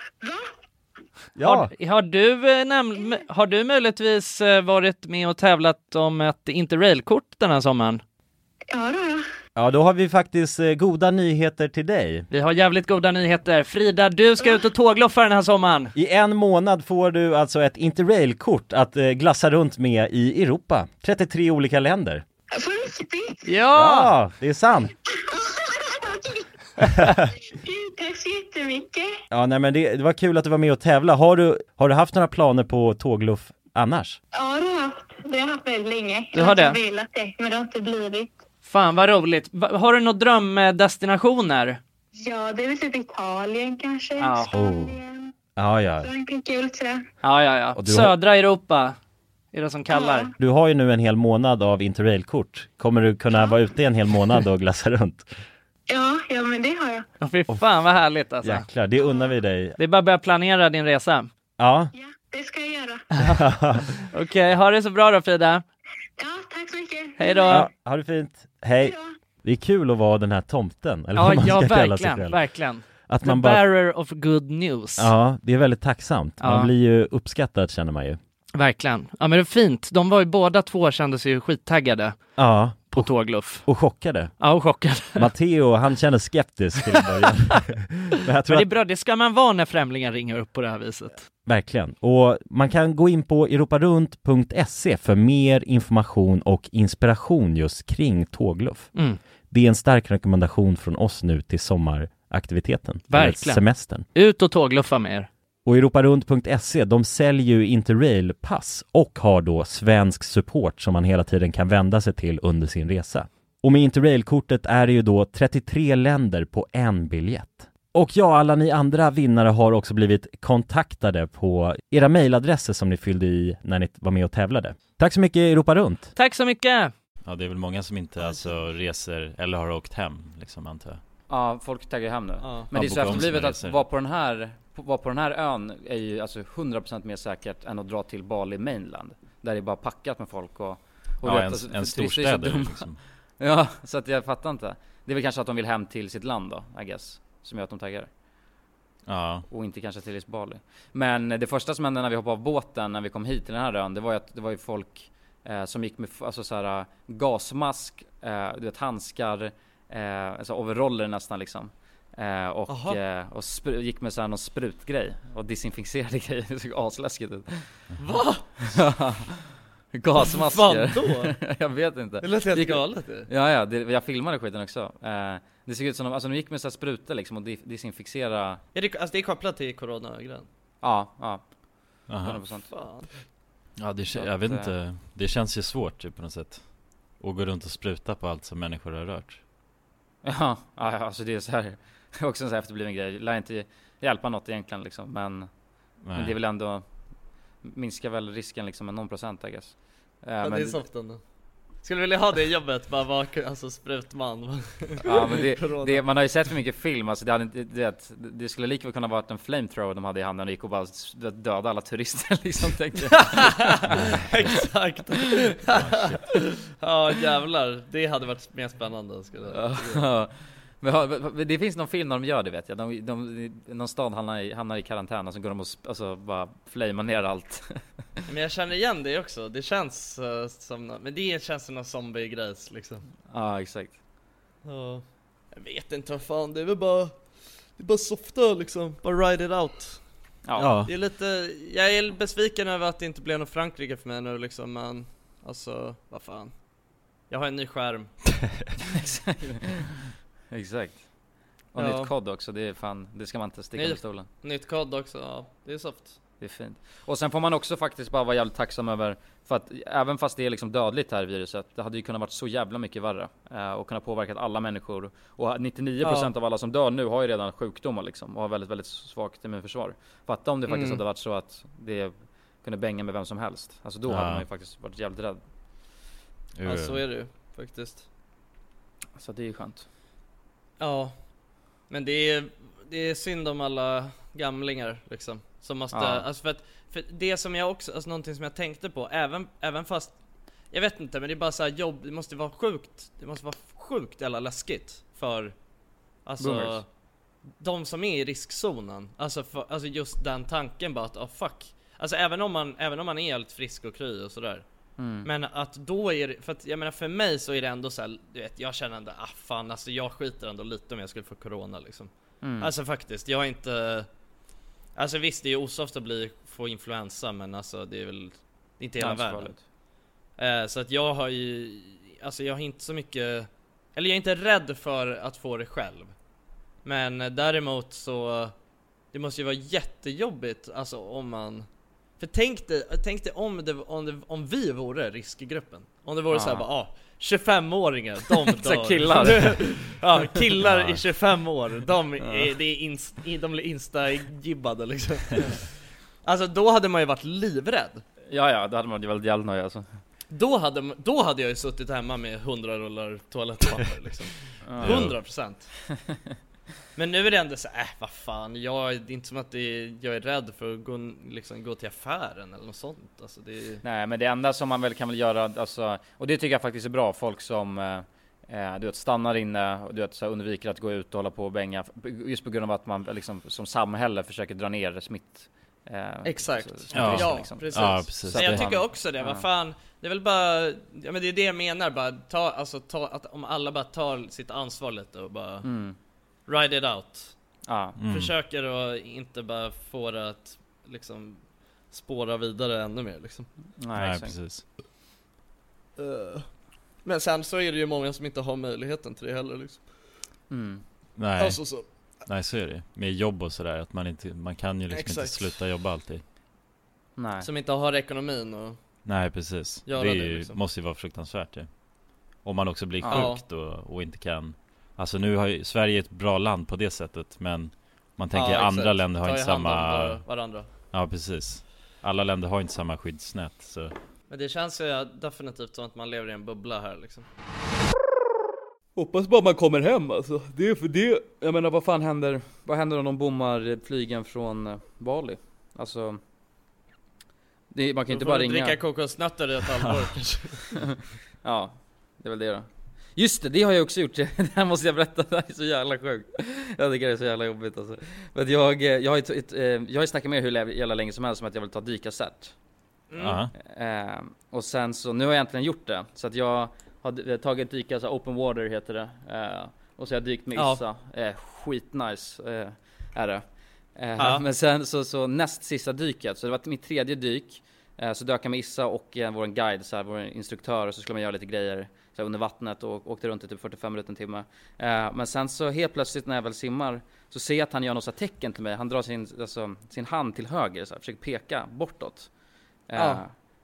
Ja. Har du möjligtvis varit med och tävlat om ett Interrail-kort den här sommaren? Ja, då. Ja, då har vi faktiskt goda nyheter till dig. Vi har jävligt goda nyheter. Frida, du ska ut och tågloffa den här sommaren. I en månad får du alltså ett Interrail-kort att glassa runt med i Europa. 33 olika länder. På riktigt? Ja, det är sant. Tack så jättemycket. Ja, nej men det var kul att du var med och tävla. Har du haft några planer på tågluff annars? Ja, det har jag haft. Det har jag haft väldigt länge. Du har det? Jag har velat det, men det har inte blivit. Fan vad roligt. Har du några drömdestinationer? Ja, det är väl typ Italien kanske. Ja. Spanien. Ja. Frankrike, kul sådär. Ja. Södra Europa är det som kallar. Ja. Du har ju nu en hel månad av Interrail-kort. Kommer du kunna vara ute en hel månad och glassa runt? Ja, men det har jag. Fy fan vad härligt alltså. Jäklar, det unnar vi dig. Det är bara att börja planera din resa. Ja. Ja, det ska jag göra. Okej, ha det så bra då Frida. Ja, tack så mycket. Hej då. Ja, ha det fint. Hej. Det är kul att vara den här tomten, eller vad man ska kalla sig själv. Verkligen. Att The man bara... bearer of good news. Ja, det är väldigt tacksamt. Man blir ju uppskattad, känner man ju. Verkligen. Ja, men det är fint. De var ju båda två, kände sig ju skittaggade. Ja. På tågluff. Och chockade. Ja, och chockade. Matteo, han känner skeptisk till början. Men det är bra, det ska man vara när främlingar ringer upp på det här viset. Verkligen. Och man kan gå in på europarunt.se för mer information och inspiration just kring tågluff. Det är en stark rekommendation från oss nu till sommaraktiviteten. Verkligen. Semestern. Ut och tågluffa med er. Och europarunt.se, de säljer ju Interrail-pass och har då svensk support som man hela tiden kan vända sig till under sin resa. Och med Interrail-kortet är det ju då 33 länder på en biljett. Och ja, alla ni andra vinnare har också blivit kontaktade på era mejladresser som ni fyllde i när ni var med och tävlade. Tack så mycket Europa Runt! Tack så mycket! Ja, det är väl många som inte alltså reser eller har åkt hem, liksom, antar jag. Ja, folk taggar hem nu. Ja. Men det är så efterblivet att resor. vara på den här ön är ju alltså 100% mer säkert än att dra till Bali mainland. Där det är bara packat med folk och ja, alltså, en storstäder liksom. Ja, så att jag fattar inte. Det är väl kanske att de vill hem till sitt land då, I guess, som gör att de taggar. Ja. Och inte kanske till Bali. Men det första som hände när vi hoppade av båten när vi kom hit till den här ön, det var ju att det var ju folk som gick med alltså så här gasmask, du vet, handskar, alltså overaller nästan liksom. Och gick med så här någon sprutgrej och desinficerade grejer. Det såg asläskigt ut. Va? Gasmasker. Vad då? Jag vet inte. Det lät helt galet. Ja, jag filmade skiten också. Det såg ut som de gick med så här sprutor liksom och desinficera. Är det, alltså det är kopplat till corona-grejen? Ja. 100%. Fan. Ja, jag vet inte. Det känns ju svårt typ, på något sätt. Och gå runt och spruta på allt som människor har rört. Ja, alltså det är så här också en så här efterbliven grej. Lär inte hjälpa något egentligen liksom, men det är väl ändå minskar väl risken liksom med någon procent, I guess. Ja, men det är soft ändå. Skulle vilja ha det jobbet, bara vara alltså sprutman. Ja, men det man har ju sett för mycket film, alltså det skulle lika väl kunna vara en flamethrower de hade i handen och gick och bara döda alla turister liksom, tänkte jag. Exakt. Ja, jävlar. Det hade varit mer spännande, skulle jag. Men det finns någon film när de gör det, vet jag. Någon stad hamnar i karantän och så går de och alltså bara flamar ner allt. Men jag känner igen det också. Det känns som men det känns som en zombie-grejs liksom. Ja, exakt. Ja. Jag vet inte vad fan, det är bara softa liksom. Bara ride it out. Ja. Det är lite, jag är besviken över att det inte blev något Frankrike för mig nu liksom, men alltså, vad fan. Jag har en ny skärm. Exakt. Och nytt kod också, det är fan, det ska man inte sticka med stolen. Nytt kod också, ja, det är soft. Det är fint. Och sen får man också faktiskt bara vara jävligt tacksam över, för att även fast det är liksom dödligt här viruset, det hade ju kunnat varit så jävla mycket värre och kunnat påverkat alla människor. Och 99% av alla som dör nu har ju redan sjukdomar liksom och har väldigt, väldigt svagt immunförsvar. Fatta om det faktiskt hade varit så att det kunde bänga med vem som helst. Alltså då hade man ju faktiskt varit jävligt rädd. Ja, så är det ju faktiskt. Så det är ju skönt. Ja, men det är synd om alla gamlingar liksom, som måste, alltså för det som jag också, alltså någonting som jag tänkte på, även fast jag vet inte, men det är bara så här jobb, det måste vara sjukt eller läskigt för alltså boomers. De som är i riskzonen, alltså just den tanken bara att fuck, alltså även om man är helt frisk och kry och sådär. Men att då är det, för att jag menar för mig så är det ändå så här, du vet, jag känner ändå fan, alltså jag skiter ändå lite om jag skulle få corona liksom. Alltså faktiskt, jag är inte, alltså visst det är ju osoft att få influensa, men alltså det är väl inte hela världen. Så att jag har ju, alltså jag har inte så mycket, eller jag är inte rädd för att få det själv. Men däremot så det måste ju vara jättejobbigt, alltså om man, för tänk dig om vi vore riskgruppen. Om det vore så här bara 25-åringar, de dör. killar. Killar i 25 år. De blir insta-gibbade liksom. Alltså då hade man ju varit livrädd. Ja, då hade man ju väldigt jävla nöjd alltså. Då hade jag ju suttit hemma med 100 rullar toalettpapper liksom. 100%. Men nu är det ändå så vad fan, det är inte som att jag är rädd för att gå till affären eller något sånt. Alltså Nej, men det enda som man väl kan göra, alltså, och det tycker jag faktiskt är bra, folk som du vet, stannar inne och du vet, så undviker att gå ut och hålla på och bänga, just på grund av att man liksom, som samhälle försöker dra ner smitt. Exakt. Liksom. Precis. Men jag tycker också det, vad fan, det är väl bara, ja men det är det jag menar, bara att om alla bara tar sitt ansvar lite och bara ride it out. Försöker att inte bara få det att liksom spåra vidare ännu mer liksom. Nej, precis. Men sen så är det ju många som inte har möjligheten till det heller liksom. Nej. Alltså så. Nej, så är det. Med jobb och sådär, att man kan ju liksom inte sluta jobba alltid. Nej. Som inte har ekonomin och nej, precis. Det är ju, liksom. Måste ju vara fruktansvärt det. Om man också blir sjukt och inte kan. Alltså nu har ju Sverige ett bra land på det sättet, men man tänker andra länder har inte samma varandra. Ja, precis. Alla länder har inte samma skyddsnät så. Men det känns ju definitivt som att man lever i en bubbla här liksom. Hoppas bara man kommer hem alltså. Det är för det. Jag menar, vad fan händer? Vad händer om de bommar flygen från Bali? Alltså man kan inte bara ringa. Dricka kokosnötter i ett halvår kanske. Ja, det är väl det då. Just det har jag också gjort. Det här måste jag berätta, det här är så jävla sjukt. Jag tycker det är så jävla jobbigt alltså. Men jag har snackat med hur jävla länge som helst som att jag vill ta dykkassert. Och sen så, nu har jag äntligen gjort det. Så att jag har tagit dyka, så open water heter det. Och så har jag dykt med Issa. Skitnice är det. Men sen så näst sista dyket, så det var mitt tredje dyk. Så dök jag med Issa och vår guide, så här, vår instruktör, och så skulle man göra lite grejer så här, under vattnet och åkte runt i typ 45 minuter en timme. Men sen så helt plötsligt när jag väl simmar så ser jag att han gör något så tecken till mig. Han drar sin hand till höger så här, försöker peka bortåt.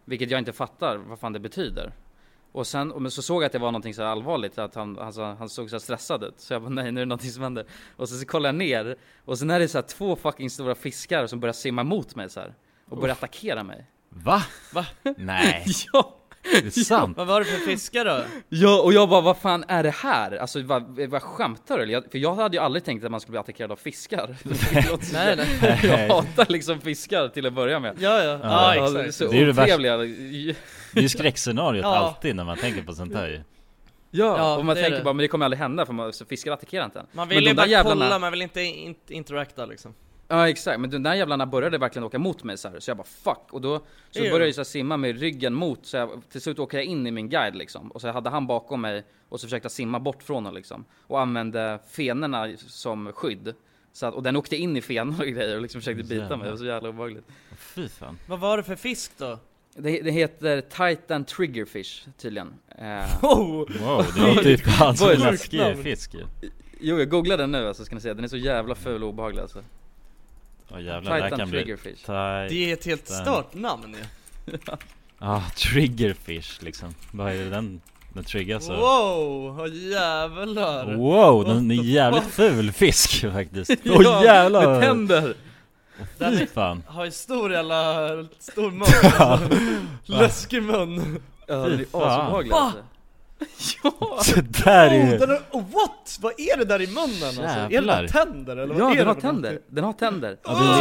vilket jag inte fattar vad fan det betyder. Och sen så såg jag att det var någonting så allvarligt, att han såg så stressad ut. Så jag bara, nej, nu är det någonting som händer. Och så kollar jag ner, och sen är det så här 2 fucking stora fiskar som börjar simma mot mig så här, och börjar attackera mig. Va? Nej. Ja. Det är sant. Vad var det för fiskar då? Ja, och jag bara, vad fan är det här? Alltså, vad skämtar du? För jag hade ju aldrig tänkt att man skulle bli attackerad av fiskar. nej. Jag hatar liksom fiskar till att börja med. Ja, exakt. Så det är otrevliga. Det är ju skräckscenariot alltid när man tänker på sånt här. Ja, och man tänker bara, men det kommer aldrig hända, för fiskar attackerar inte. Man vill ju bara kolla, man vill inte interacta liksom. Ja, exakt, men de där jävlarna började verkligen åka mot mig så här. Så jag bara, fuck. Och då så började jag så simma med ryggen mot, så till slut åker jag in i min guide liksom. Och så hade han bakom mig, och så försökte jag simma bort från honom liksom. Och använde fenorna som skydd. Så att, och den åkte in i fenor och grejer och liksom försökte bita mig. Det var så jävla obehagligt. Fy fan. Vad var det för fisk då? Det heter Titan Triggerfish tydligen. Wow, det är typ hans läskig fisk. Jo, jag googlade den nu, alltså, ska ni säga. Den är så jävla ful och obehaglig alltså. Jävlar, Titan Triggerfish. Det är ett helt stört namn ju. Triggerfish liksom. Vad är det den triggar så? Wow, jävlar. Wow, den är jävligt ful fisk faktiskt. Jävlar. Med tänder. Fy fan. Har ju stor mun. Läskig mun. Ja, det är asbehagligt alltså. Ja. Så där är what? Vad är det där i munnen alltså? Är det tänder eller vad är den har det? tänder. Den har tänder.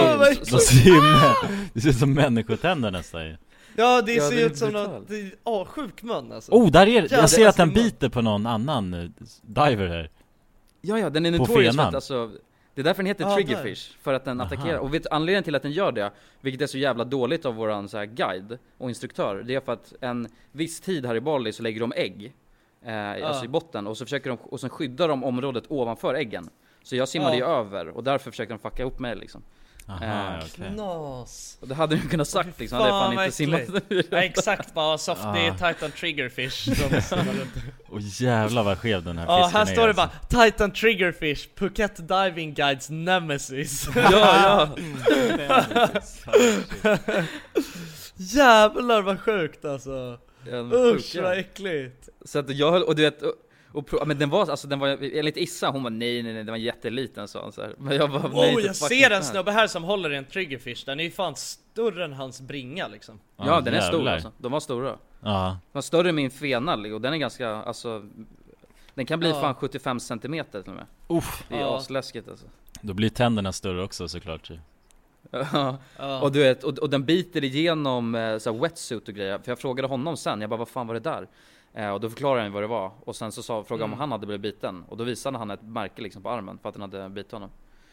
Det ser ut som människotänder nästan. Ja, det ser ut som något sjuk mun alltså. Där är det. Jag ser att den biter på någon annan diver här. Ja, den är notorious för att, alltså, det är därför den heter Triggerfish, för att den attackerar. Och vet anledningen till att den gör det, vilket är så jävla dåligt av våran så här guide och instruktör, det är för att en viss tid här i Bali så lägger de ägg alltså i botten, och så försöker de, och sen skyddar de området ovanför äggen. Så jag simmade ju över, och därför försöker de fucka ihop mig liksom. Knas. Och det hade du kunnat sagt liksom, hade fan inte simmat. Ja, exakt, bara soft, det är Titan Triggerfish. Och jävlar vad skev den här fisken är. Här står det bara Titan Triggerfish, Phuket Diving Guides Nemesis. Ja. Jävlar vad sjukt alltså. Usch vad äckligt. Så att jag höll, och du vet, men den var lite Issa, hon var nej, den var jätteliten så här. Men jag bara, jag ser en snubbe här som håller i en triggerfish. Den är ju fan större än hans bringa liksom. Ja, den är stor alltså. De var stora. Ja. Den var större än min fena, och den är ganska, alltså, den kan bli fan 75 centimeter till och med. Det är asläskigt alltså. Då blir tänderna större också såklart. Och du vet, och den biter igenom så här wetsuit och grejer. För jag frågade honom sen, jag bara, vad fan var det där? Och då förklarade han vad det var. Och sen så frågade om han hade blivit biten. Och då visade han ett märke liksom på armen för att den hade bitit honom.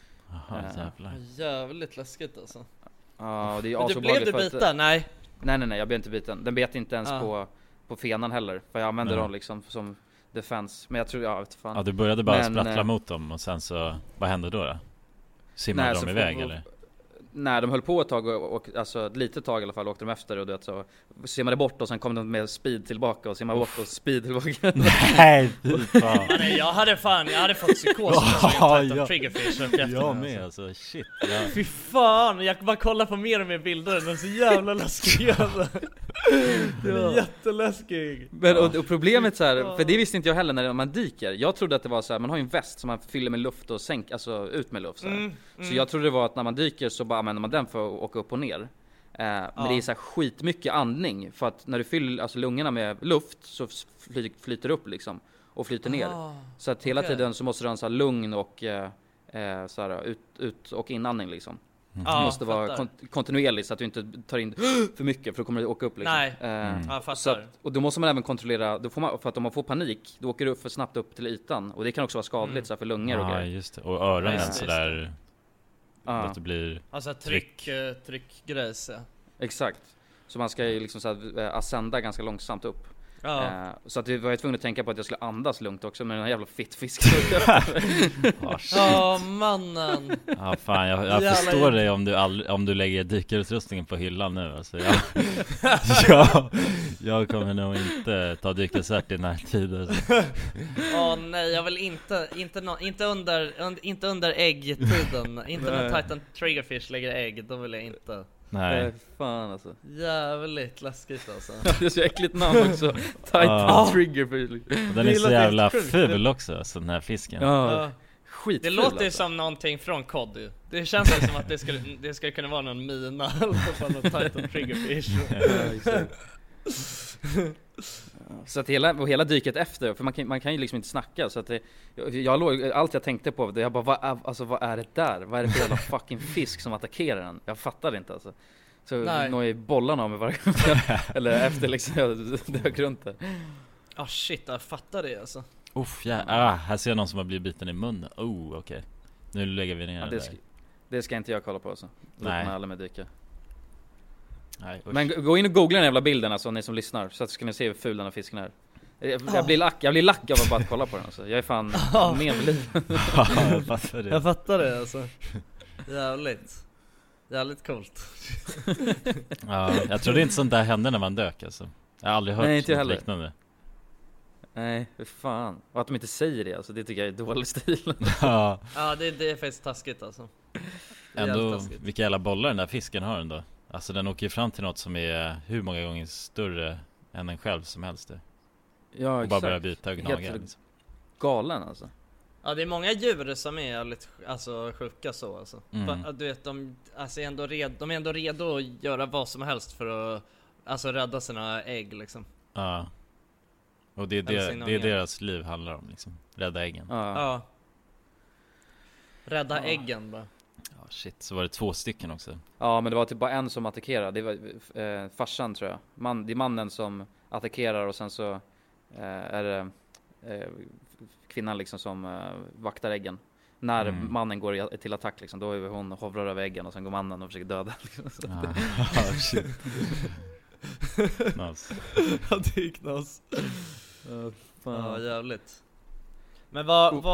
Jävligt läskigt alltså. Ja, det är men du blev du biten? Nej, jag blev inte biten. Den bet inte ens på fenan heller. För jag använde dem liksom som defense. Men jag tror, jag vet fan. Ja, du började bara sprattla mot dem. Och sen så, vad hände då? Simmade de iväg eller? Nej, de höll på ett tag och alltså ett litet tag i alla fall åkte de efter, och det så simmade bort, och sen kom de med speed tillbaka och simmade bort och speed tillbaka. Nej, fan. Jag hade fått psykos av Triggerfish. Jag med alltså, shit. Ja. Fy fan, jag bara kollar på mer och mer bilder. Den är så jävla läskig alltså. Den är jätteläskig. Men, och problemet så här, för det visste inte jag heller när man dyker. Jag trodde att det var så här, man har ju en väst som man fyller med luft och sänker, alltså ut med luft så här. Så jag trodde det var att när man dyker så bara använder man den för att åka upp och ner. Men det är så här skitmycket andning, för att när du fyller alltså lungorna med luft så flyter upp liksom och flyter ner. Så att hela tiden så måste du ha en så här lugn och så här ut och inandning liksom. Det måste vara kontinuerligt så att du inte tar in för mycket, för då kommer du åka upp liksom. Nej. Så att, och då måste man även kontrollera, då får man, för att om man får panik då åker du för snabbt upp till ytan, och det kan också vara skadligt så här, för lungor och grejer. Just det. Och öronen så där att det blir alltså tryckgrejs. Exakt. Så man ska ju liksom så här ascenda ganska långsamt upp. Så att jag var tvungen att tänka på att jag skulle andas lugnt också med den här jävla fittfisken. Mannen. Ja, fan, jag förstår dig om du lägger dykarutrustningen på hyllan nu alltså. Jag kommer nog inte ta dykarcert i den här tiden. Nej, jag vill inte under äggtiden. Inte när Titan Triggerfish lägger ägg, då vill jag inte. Nej. Fan alltså. Jävligt läskigt alltså. Det är så äckligt namn också. Titan Triggerfish. Den är så jävla ful också, alltså, den här fisken. Ja. Skitful, det låter ju alltså. som någonting från COD ju. Det känns som att det skulle kunna vara någon mina på någon Titan Triggerfish. Så att hela dyket efter, för man kan ju liksom inte snacka, så att allt jag tänkte på det, jag bara vad är det där? Vad är det för jävla fucking fisk som attackerar den? Jag fattar inte alltså. Så når jag bollarna av mig varje gång eller efter liksom jag dök runt där. Shit, jag fattar det alltså. Här ser jag någon som har blivit biten i munnen. Okej. Nu lägger vi ner det ska inte jag kolla på alltså. Nej. Med alla med dyka. Nej, men gå in och googla den jävla bilden alltså, ni som lyssnar, så att ska ni se hur ful den här fisken är. Jag blir lack av att bara kolla på den alltså. Jag är fan medbliven. Jag fattar det alltså. Jävligt coolt. Jag trodde inte sånt där hände när man dök alltså. Jag har aldrig hört något liknande. Nej, för fan. Och att de inte säger det alltså, det tycker jag är dålig stil. Ja, det är faktiskt taskigt alltså. Ändå, vilka jävla bollar den där fisken har ändå. Alltså den åker ju fram till något som är hur många gånger större än en själv som helst. Ja, och exakt. bara börja bita och gnaga liksom. Galen alltså. Ja, det är många djur som är lite sjuka så alltså. Du vet, de är ändå redo att göra vad som helst för att rädda sina ägg liksom. Ja. Och det är deras liv handlar om liksom. Rädda äggen. Ja. Rädda äggen bara. Ja, shit, så var det 2 stycken också. Ja, men det var typ bara en som attackerade. Det var farsan tror jag. Det är mannen som attackerar och sen så är det kvinnan liksom som vaktar äggen. När mannen går till attack liksom, då är hon hovrar över äggen och sen går mannen och försöker döda liksom. Shit. Knas. Ja, det är knas. Ja, jävligt. Men vad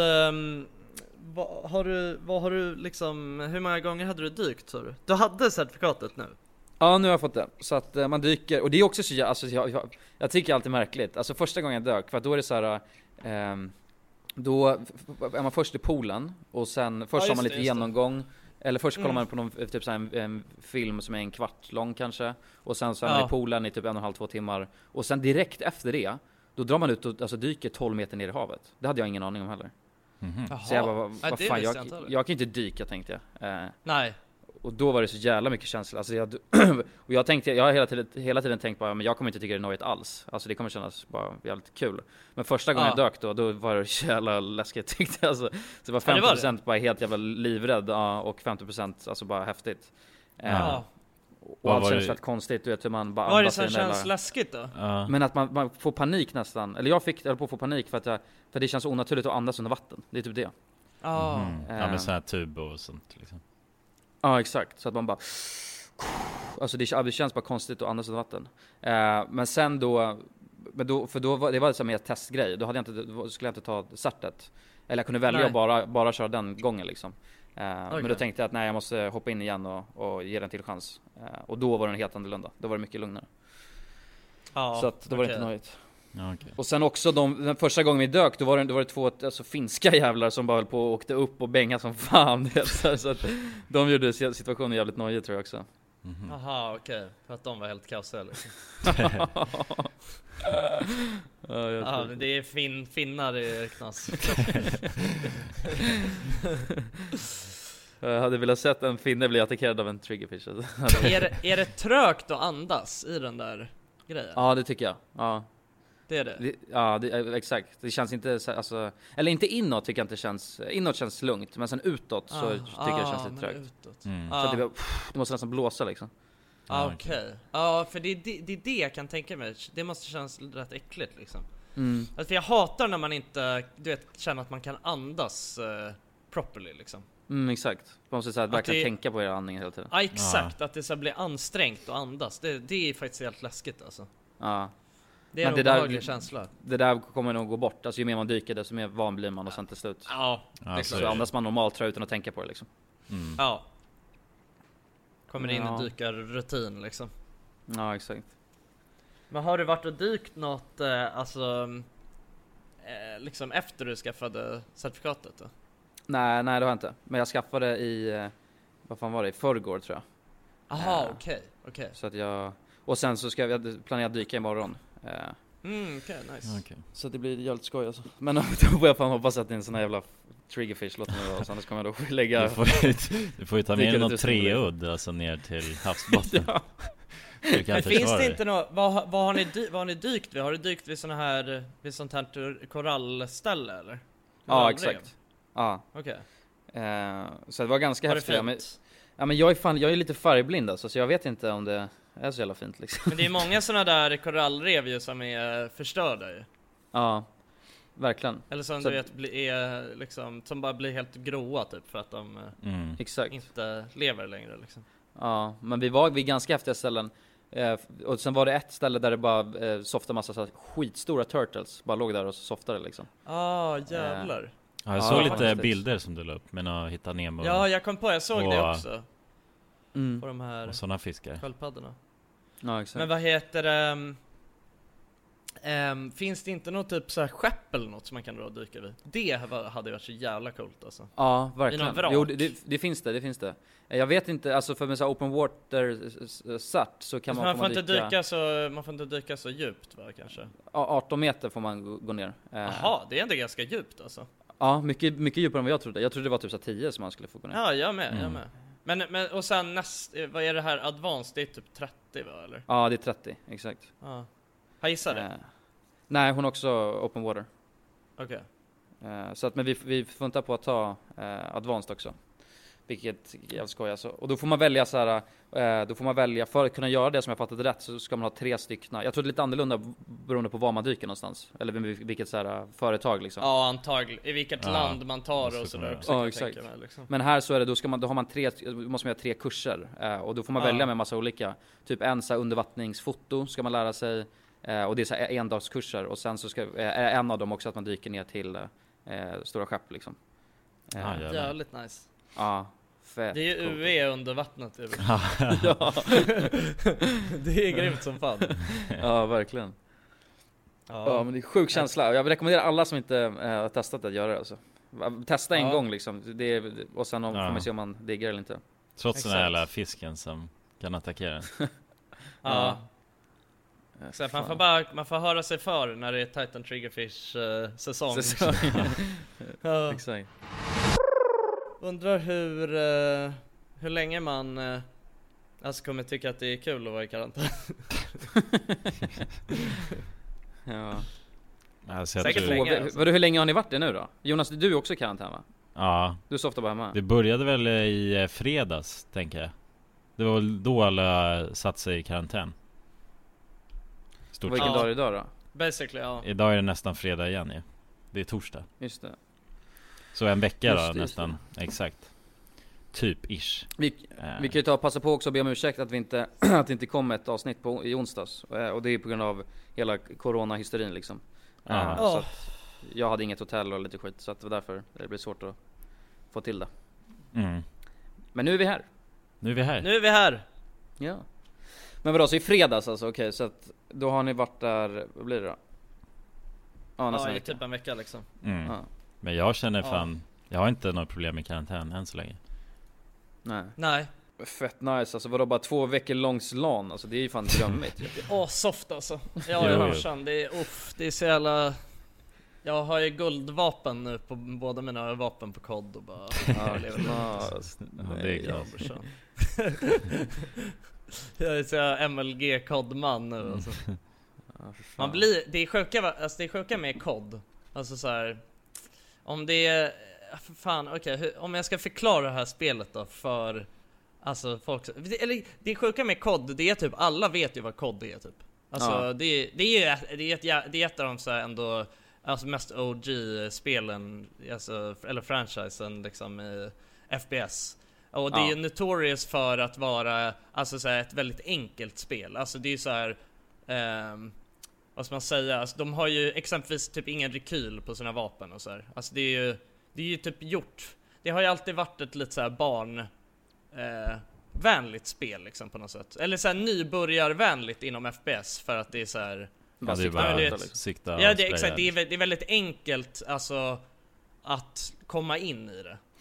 har du liksom, hur många gånger hade du dykt, sa du? Du hade certifikatet nu? Ja, nu har jag fått det. Så att man dyker, och det är också så, alltså, jag tycker alltid märkligt. Alltså första gången jag dök, för att då är det så här, då är man först i poolen och sen först har man lite genomgång. Eller först kollar man på någon, typ så här, en film som är 1 kvart lång kanske. Och sen så är man i poolen i typ 1,5-2 timmar. Och sen direkt efter det, då drar man ut och alltså, dyker 12 meter ner i havet. Det hade jag ingen aning om heller. Så jag bara, vad fan, jag kan inte dyka, tänkte jag. Nej. Och då var det så jävla mycket känsla. Alltså och jag har hela tiden tänkt bara, men jag kommer inte tycka det är nöjt alls. Alltså det kommer kännas bara jävligt kul. Men första gången jag dök då var det så jävla läskigt, tyckte jag. Alltså, så det var 50% bara helt jävla livrädd, och 50% alltså bara häftigt. Och allt känns väldigt konstigt, du vet hur man bara... Vad är det som känns läskigt då? Men att man får panik nästan. Eller jag höll på att få panik för det känns onaturligt att andas under vatten. Det är typ det. Ja, med sån här tub och sånt liksom. Ja, exakt. Så att man bara... Alltså det känns bara konstigt att andas under vatten. Men sen då... För då var det var liksom en testgrej. Då skulle jag inte ta certet. Eller jag kunde välja att bara köra den gången liksom. Men då tänkte jag att nej, jag måste hoppa in igen och ge den till chans. Och då var den helt annorlunda. Då var det mycket lugnare. Så att då var det inte nöjt. Okay. Och sen också den första gången vi dök, då var det 2 alltså, finska jävlar som bara höll på och åkte upp och bängade som fan. Så att de gjorde situationen jävligt nöjd, tror jag också. Aha, okej. För att de var helt kaosiga liksom. Men det är finnar i knas. Jag hade velat sett en finne bli attackerad av en triggerfish. Är det trögt att andas i den där grejen? Ja, det tycker jag. Ja. Det är det? Ja, exakt. Det känns inte alltså, eller inte inåt, tycker jag inte känns. Inåt känns lugnt, men sen utåt så tycker jag det känns lite trögt. Så att det måste nästan blåsa liksom. Okej. Ja, för det är det jag kan tänka mig. Det måste kännas rätt äckligt liksom. Alltså, för jag hatar när man inte, du vet, känner att man kan andas properly liksom. Exakt. Man måste säga att verkligen tänka på era andning hela tiden. Ja, exakt. Att det så blir ansträngt att andas. Det är faktiskt helt läskigt alltså. Ja. Det är en obehaglig känsla. Det där kommer nog gå bort. Alltså ju mer man dyker, desto mer van blir man och sen till slut. Ja, så andas man normalt, tror jag, utan att tänka på det liksom. Ja. Kommer in i dykarrutin liksom. Ja, exakt. Men har du varit och dykt något liksom efter du skaffade certifikatet då? Nej, det har jag inte. Men jag skaffade i vad fan var det? I förrgår, tror jag. Aha, okej. Så att och sen så ska vi planera att dyka imorgon. Okej, nice. Okay. Så det blir jävligt skoj alltså. Men då får jag fan hoppas att det är en sån här jävla triggerfish, låt mig då, så annars kommer jag då lägga... Du får ju ta med någon treudd alltså ner till havsbotten. Ja. Men finns det inte något, vad har ni dykt vid? Har du dykt vid såna här, vid sånt här korallställe eller? Ja, exakt. Ja. Okej. Så det var ganska häftigt. Men jag är lite färgblind alltså, så jag vet inte om det är så jävla fint liksom. Men det är många såna där korallrev ju som är förstörda ju. Ja, verkligen. Eller som så du vet är liksom, som bara blir helt gråa typ för att de inte lever längre liksom. Ja, men vi var vid ganska häftiga ställen. Och sen var det ett ställe där det bara softade massa så här skitstora turtles. Bara låg där och softade liksom. Jävlar. Ja, jag såg lite bilder som du la upp, men att hitta Nemo. Ja, jag såg det också. På de här och såna fiskar. Sköldpaddorna. Ja, exakt. Men vad heter det? Finns det inte något typ så här skepp eller något som man kan dra och dyka vid? Det hade varit så jävla coolt alltså. Ja, verkligen. Jo, det finns det. Jag vet inte, alltså för med så open water sat så kan man får inte dyka så djupt va, kanske? 18 meter får man gå ner. Jaha, det är ändå ganska djupt alltså. Ja, mycket djupare än vad jag trodde. Jag trodde det var typ så 10 som man skulle få gå ner. Ja, jag med. Men och sen vad är det här advanced? Det är typ 30 va, eller? Ja, det är 30, exakt. Ja. Har gissat det? Nej, hon också open water. Okej. Så att, men vi funtar på att ta advanced också. Vilket jag skojar alltså. Och då får man välja så här, då får man välja för att kunna göra det som jag fattat rätt, så ska man ha 3 stycken. Jag tror det är lite annorlunda beroende på var man dyker någonstans, eller vilket så här företag liksom. Ja, antagligen i vilket land man tar och så där också. Ja, exakt. Mig, liksom. Men här så är det då har man måste man göra 3 kurser och då får man välja med massa olika, typ en så här undervattningsfoto ska man lära sig, och det är så här endagskurser, och sen så ska en av dem också att man dyker ner till stora skepp liksom. Jävligt nice. Ja, fett. Det är ju UV under vattnet. Ja. Det är grymt som fan. Ja, verkligen. Ja, men det är sjuk känsla. Jag rekommenderar alla som inte har testat att göra det alltså. Testa en gång liksom. Och sen får man se om man diggar eller inte. Trots den här jävla fisken som kan attackera den. Ja. Så man får höra sig för när det är Titan Triggerfish säsong. Ja. Exakt. Undrar hur länge man alltså kommer tycka att det är kul att vara i karantän. Ja. Alltså, säkert länge. Alltså. Hur länge har ni varit det nu då? Jonas, du är också i karantän va? Ja. Du softar bara hemma. Det började väl i fredags, tänker jag. Det var då alla satt sig i karantän. Vilken dag är det idag då? Basically, ja. Idag är det nästan fredag igen ju. Det är torsdag. Just det. Så en vecka då nästan, exakt. Typ ish. Vi kan ju passa på också att be om ursäkt att att det inte kom ett avsnitt i onsdags. Och det är på grund av hela corona-hysterin liksom. Så att jag hade inget hotell och lite skit, så att det var därför det blir svårt att få till det. Men nu är vi här. Nu är vi här. Ja. Men vadå, så i fredags alltså, okej, så att då har ni varit där, vad blir det då? Ja, i typ en vecka liksom. Ja. Men jag känner fan, jag har inte något problem med karantän än så länge. Nej. Fett nice, alltså vadå, bara 2 veckor långs LAN, alltså det är ju fan drömmigt. Soft alltså. Ja, jag hörsan, det är så jävla... Jag har ju guldvapen nu på båda mina vapen på kod och bara... det är klart. Jag är så MLG-kodman nu alltså. Man blir, det är sjuka med kod. Alltså så här, om det är om jag ska förklara det här spelet då för alltså folk, eller det är sjuka med kod, det är typ alla vet ju vad kod är typ. Alltså det är ett av de så här ändå alltså mest OG spelen alltså, eller franchisen liksom i FPS. Och det är ju notorious för att vara alltså så här, ett väldigt enkelt spel. Alltså det är så här vad ska man säga? Alltså, de har ju exempelvis typ ingen rekyl på sina vapen och så här. Alltså det är ju typ gjort. Det har ju alltid varit ett lite så här vänligt spel liksom på något sätt. Eller så här nybörjarvänligt inom FPS för att det är så här ja, det är bara sikta. Ja, det är exakt. Det är väldigt enkelt alltså att komma in i det.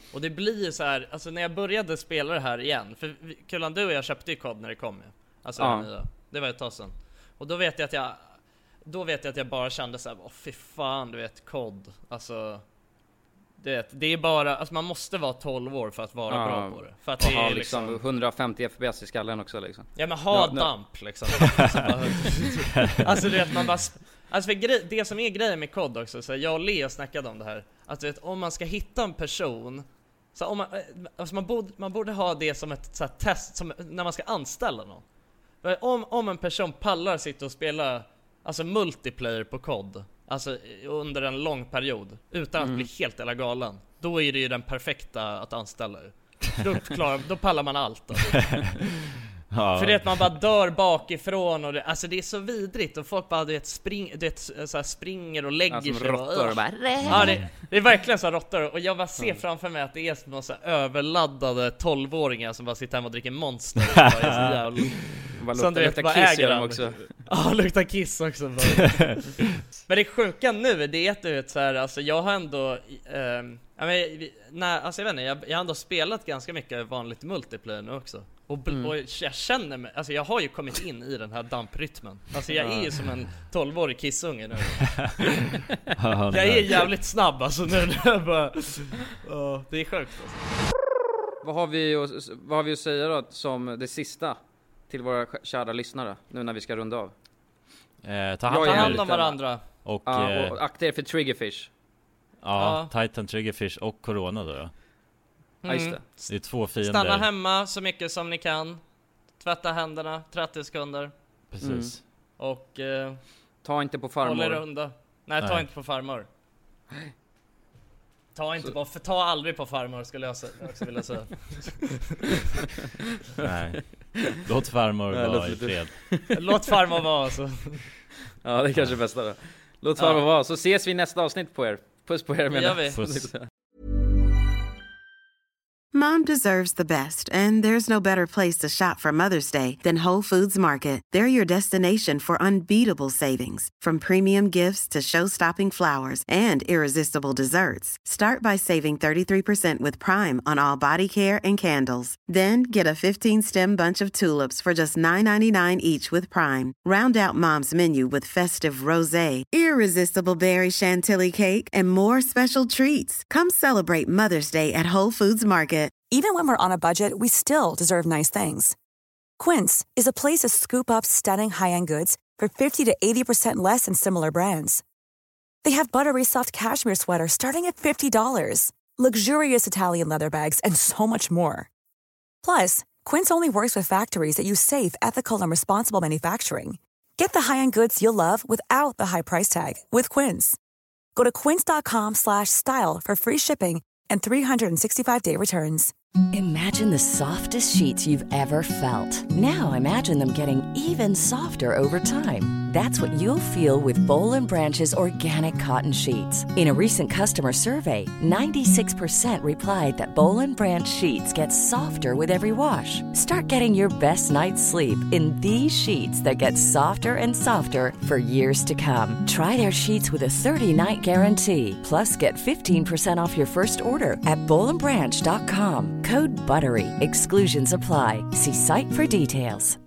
Och det blir så här, alltså när jag började spela det här igen, för Kulan, du och jag köpte ju COD när det kom ju. Alltså den nya. Det var ett tag sedan. Och då vet jag att jag bara kände så här, fy fan, du vet, COD. Alltså det är bara, alltså man måste vara 12 år för att vara bra på det. För att det är liksom 150 FPS i skallen också liksom. Ja, men damp liksom. Alltså du vet, man bara, alltså för det som är grejen med COD också, så jag och Leo snackade om det här. Att du vet, om man ska hitta en person, så om man borde ha det som ett så här test, som när man ska anställa någon. Om en person pallar sitta och spela alltså multiplayer på COD, alltså under en lång period utan att bli helt eller galen, då är det ju den perfekta att anställa. Då pallar man allt då. Ja. För det att man bara dör bakifrån och alltså det är så vidrigt och folk bara springer och lägger sig råttor och bara ja, det är verkligen så råttor och jag bara ser framför mig att det är som så överladdade 12-åringar som bara sitter hemma och dricker Monster och bara är så jävla som du vet, bara äger dem också. Ja, luktar kiss också. Men det sjuka nu, det är att du vet så här, alltså jag har ändå alltså jag vet inte, jag har ändå spelat ganska mycket vanligt multiplayer nu också. Och jag känner mig, alltså jag har ju kommit in i den här damprytmen. Alltså jag är ju som en 12-årig kissunge nu. Jag är jävligt snabb alltså nu. Det är sjukt alltså. Vad har vi att säga då som det sista till våra kära lyssnare nu när vi ska runda av? Ta hand om varandra. Och akta er för Triggerfish. Ja, Titan, Triggerfish och Corona då. Ja, just det. Det är 2 fiender. Stanna hemma så mycket som ni kan. Tvätta händerna 30 sekunder. Precis. Och ta inte på farmor. Håll er undan. Nej, ta inte på farmor. Ta aldrig på farmor skulle jag också vilja säga. Nej. Låt farmor vara i fred. Låt farmor vara så. Ja, det är kanske bästa då. Låt farmor vara, så ses vi i nästa avsnitt på er. Puss på er menar vi. Puss. Mom deserves the best, and there's no better place to shop for Mother's Day than Whole Foods Market. They're your destination for unbeatable savings, from premium gifts to show-stopping flowers and irresistible desserts. Start by saving 33% with Prime on all body care and candles. Then get a 15-stem bunch of tulips for just $9.99 each with Prime. Round out Mom's menu with festive rosé, irresistible berry chantilly cake, and more special treats. Come celebrate Mother's Day at Whole Foods Market. Even when we're on a budget, we still deserve nice things. Quince is a place to scoop up stunning high-end goods for 50 to 80% less than similar brands. They have buttery soft cashmere sweaters starting at $50, luxurious Italian leather bags, and so much more. Plus, Quince only works with factories that use safe, ethical, and responsible manufacturing. Get the high-end goods you'll love without the high price tag with Quince. Go to quince.com/style for free shipping and 365-day returns. Imagine the softest sheets you've ever felt. Now imagine them getting even softer over time. That's what you'll feel with Boll & Branch's organic cotton sheets. In a recent customer survey, 96% replied that Boll & Branch sheets get softer with every wash. Start getting your best night's sleep in these sheets that get softer and softer for years to come. Try their sheets with a 30-night guarantee. Plus, get 15% off your first order at bollandbranch.com. Code BUTTERY. Exclusions apply. See site for details.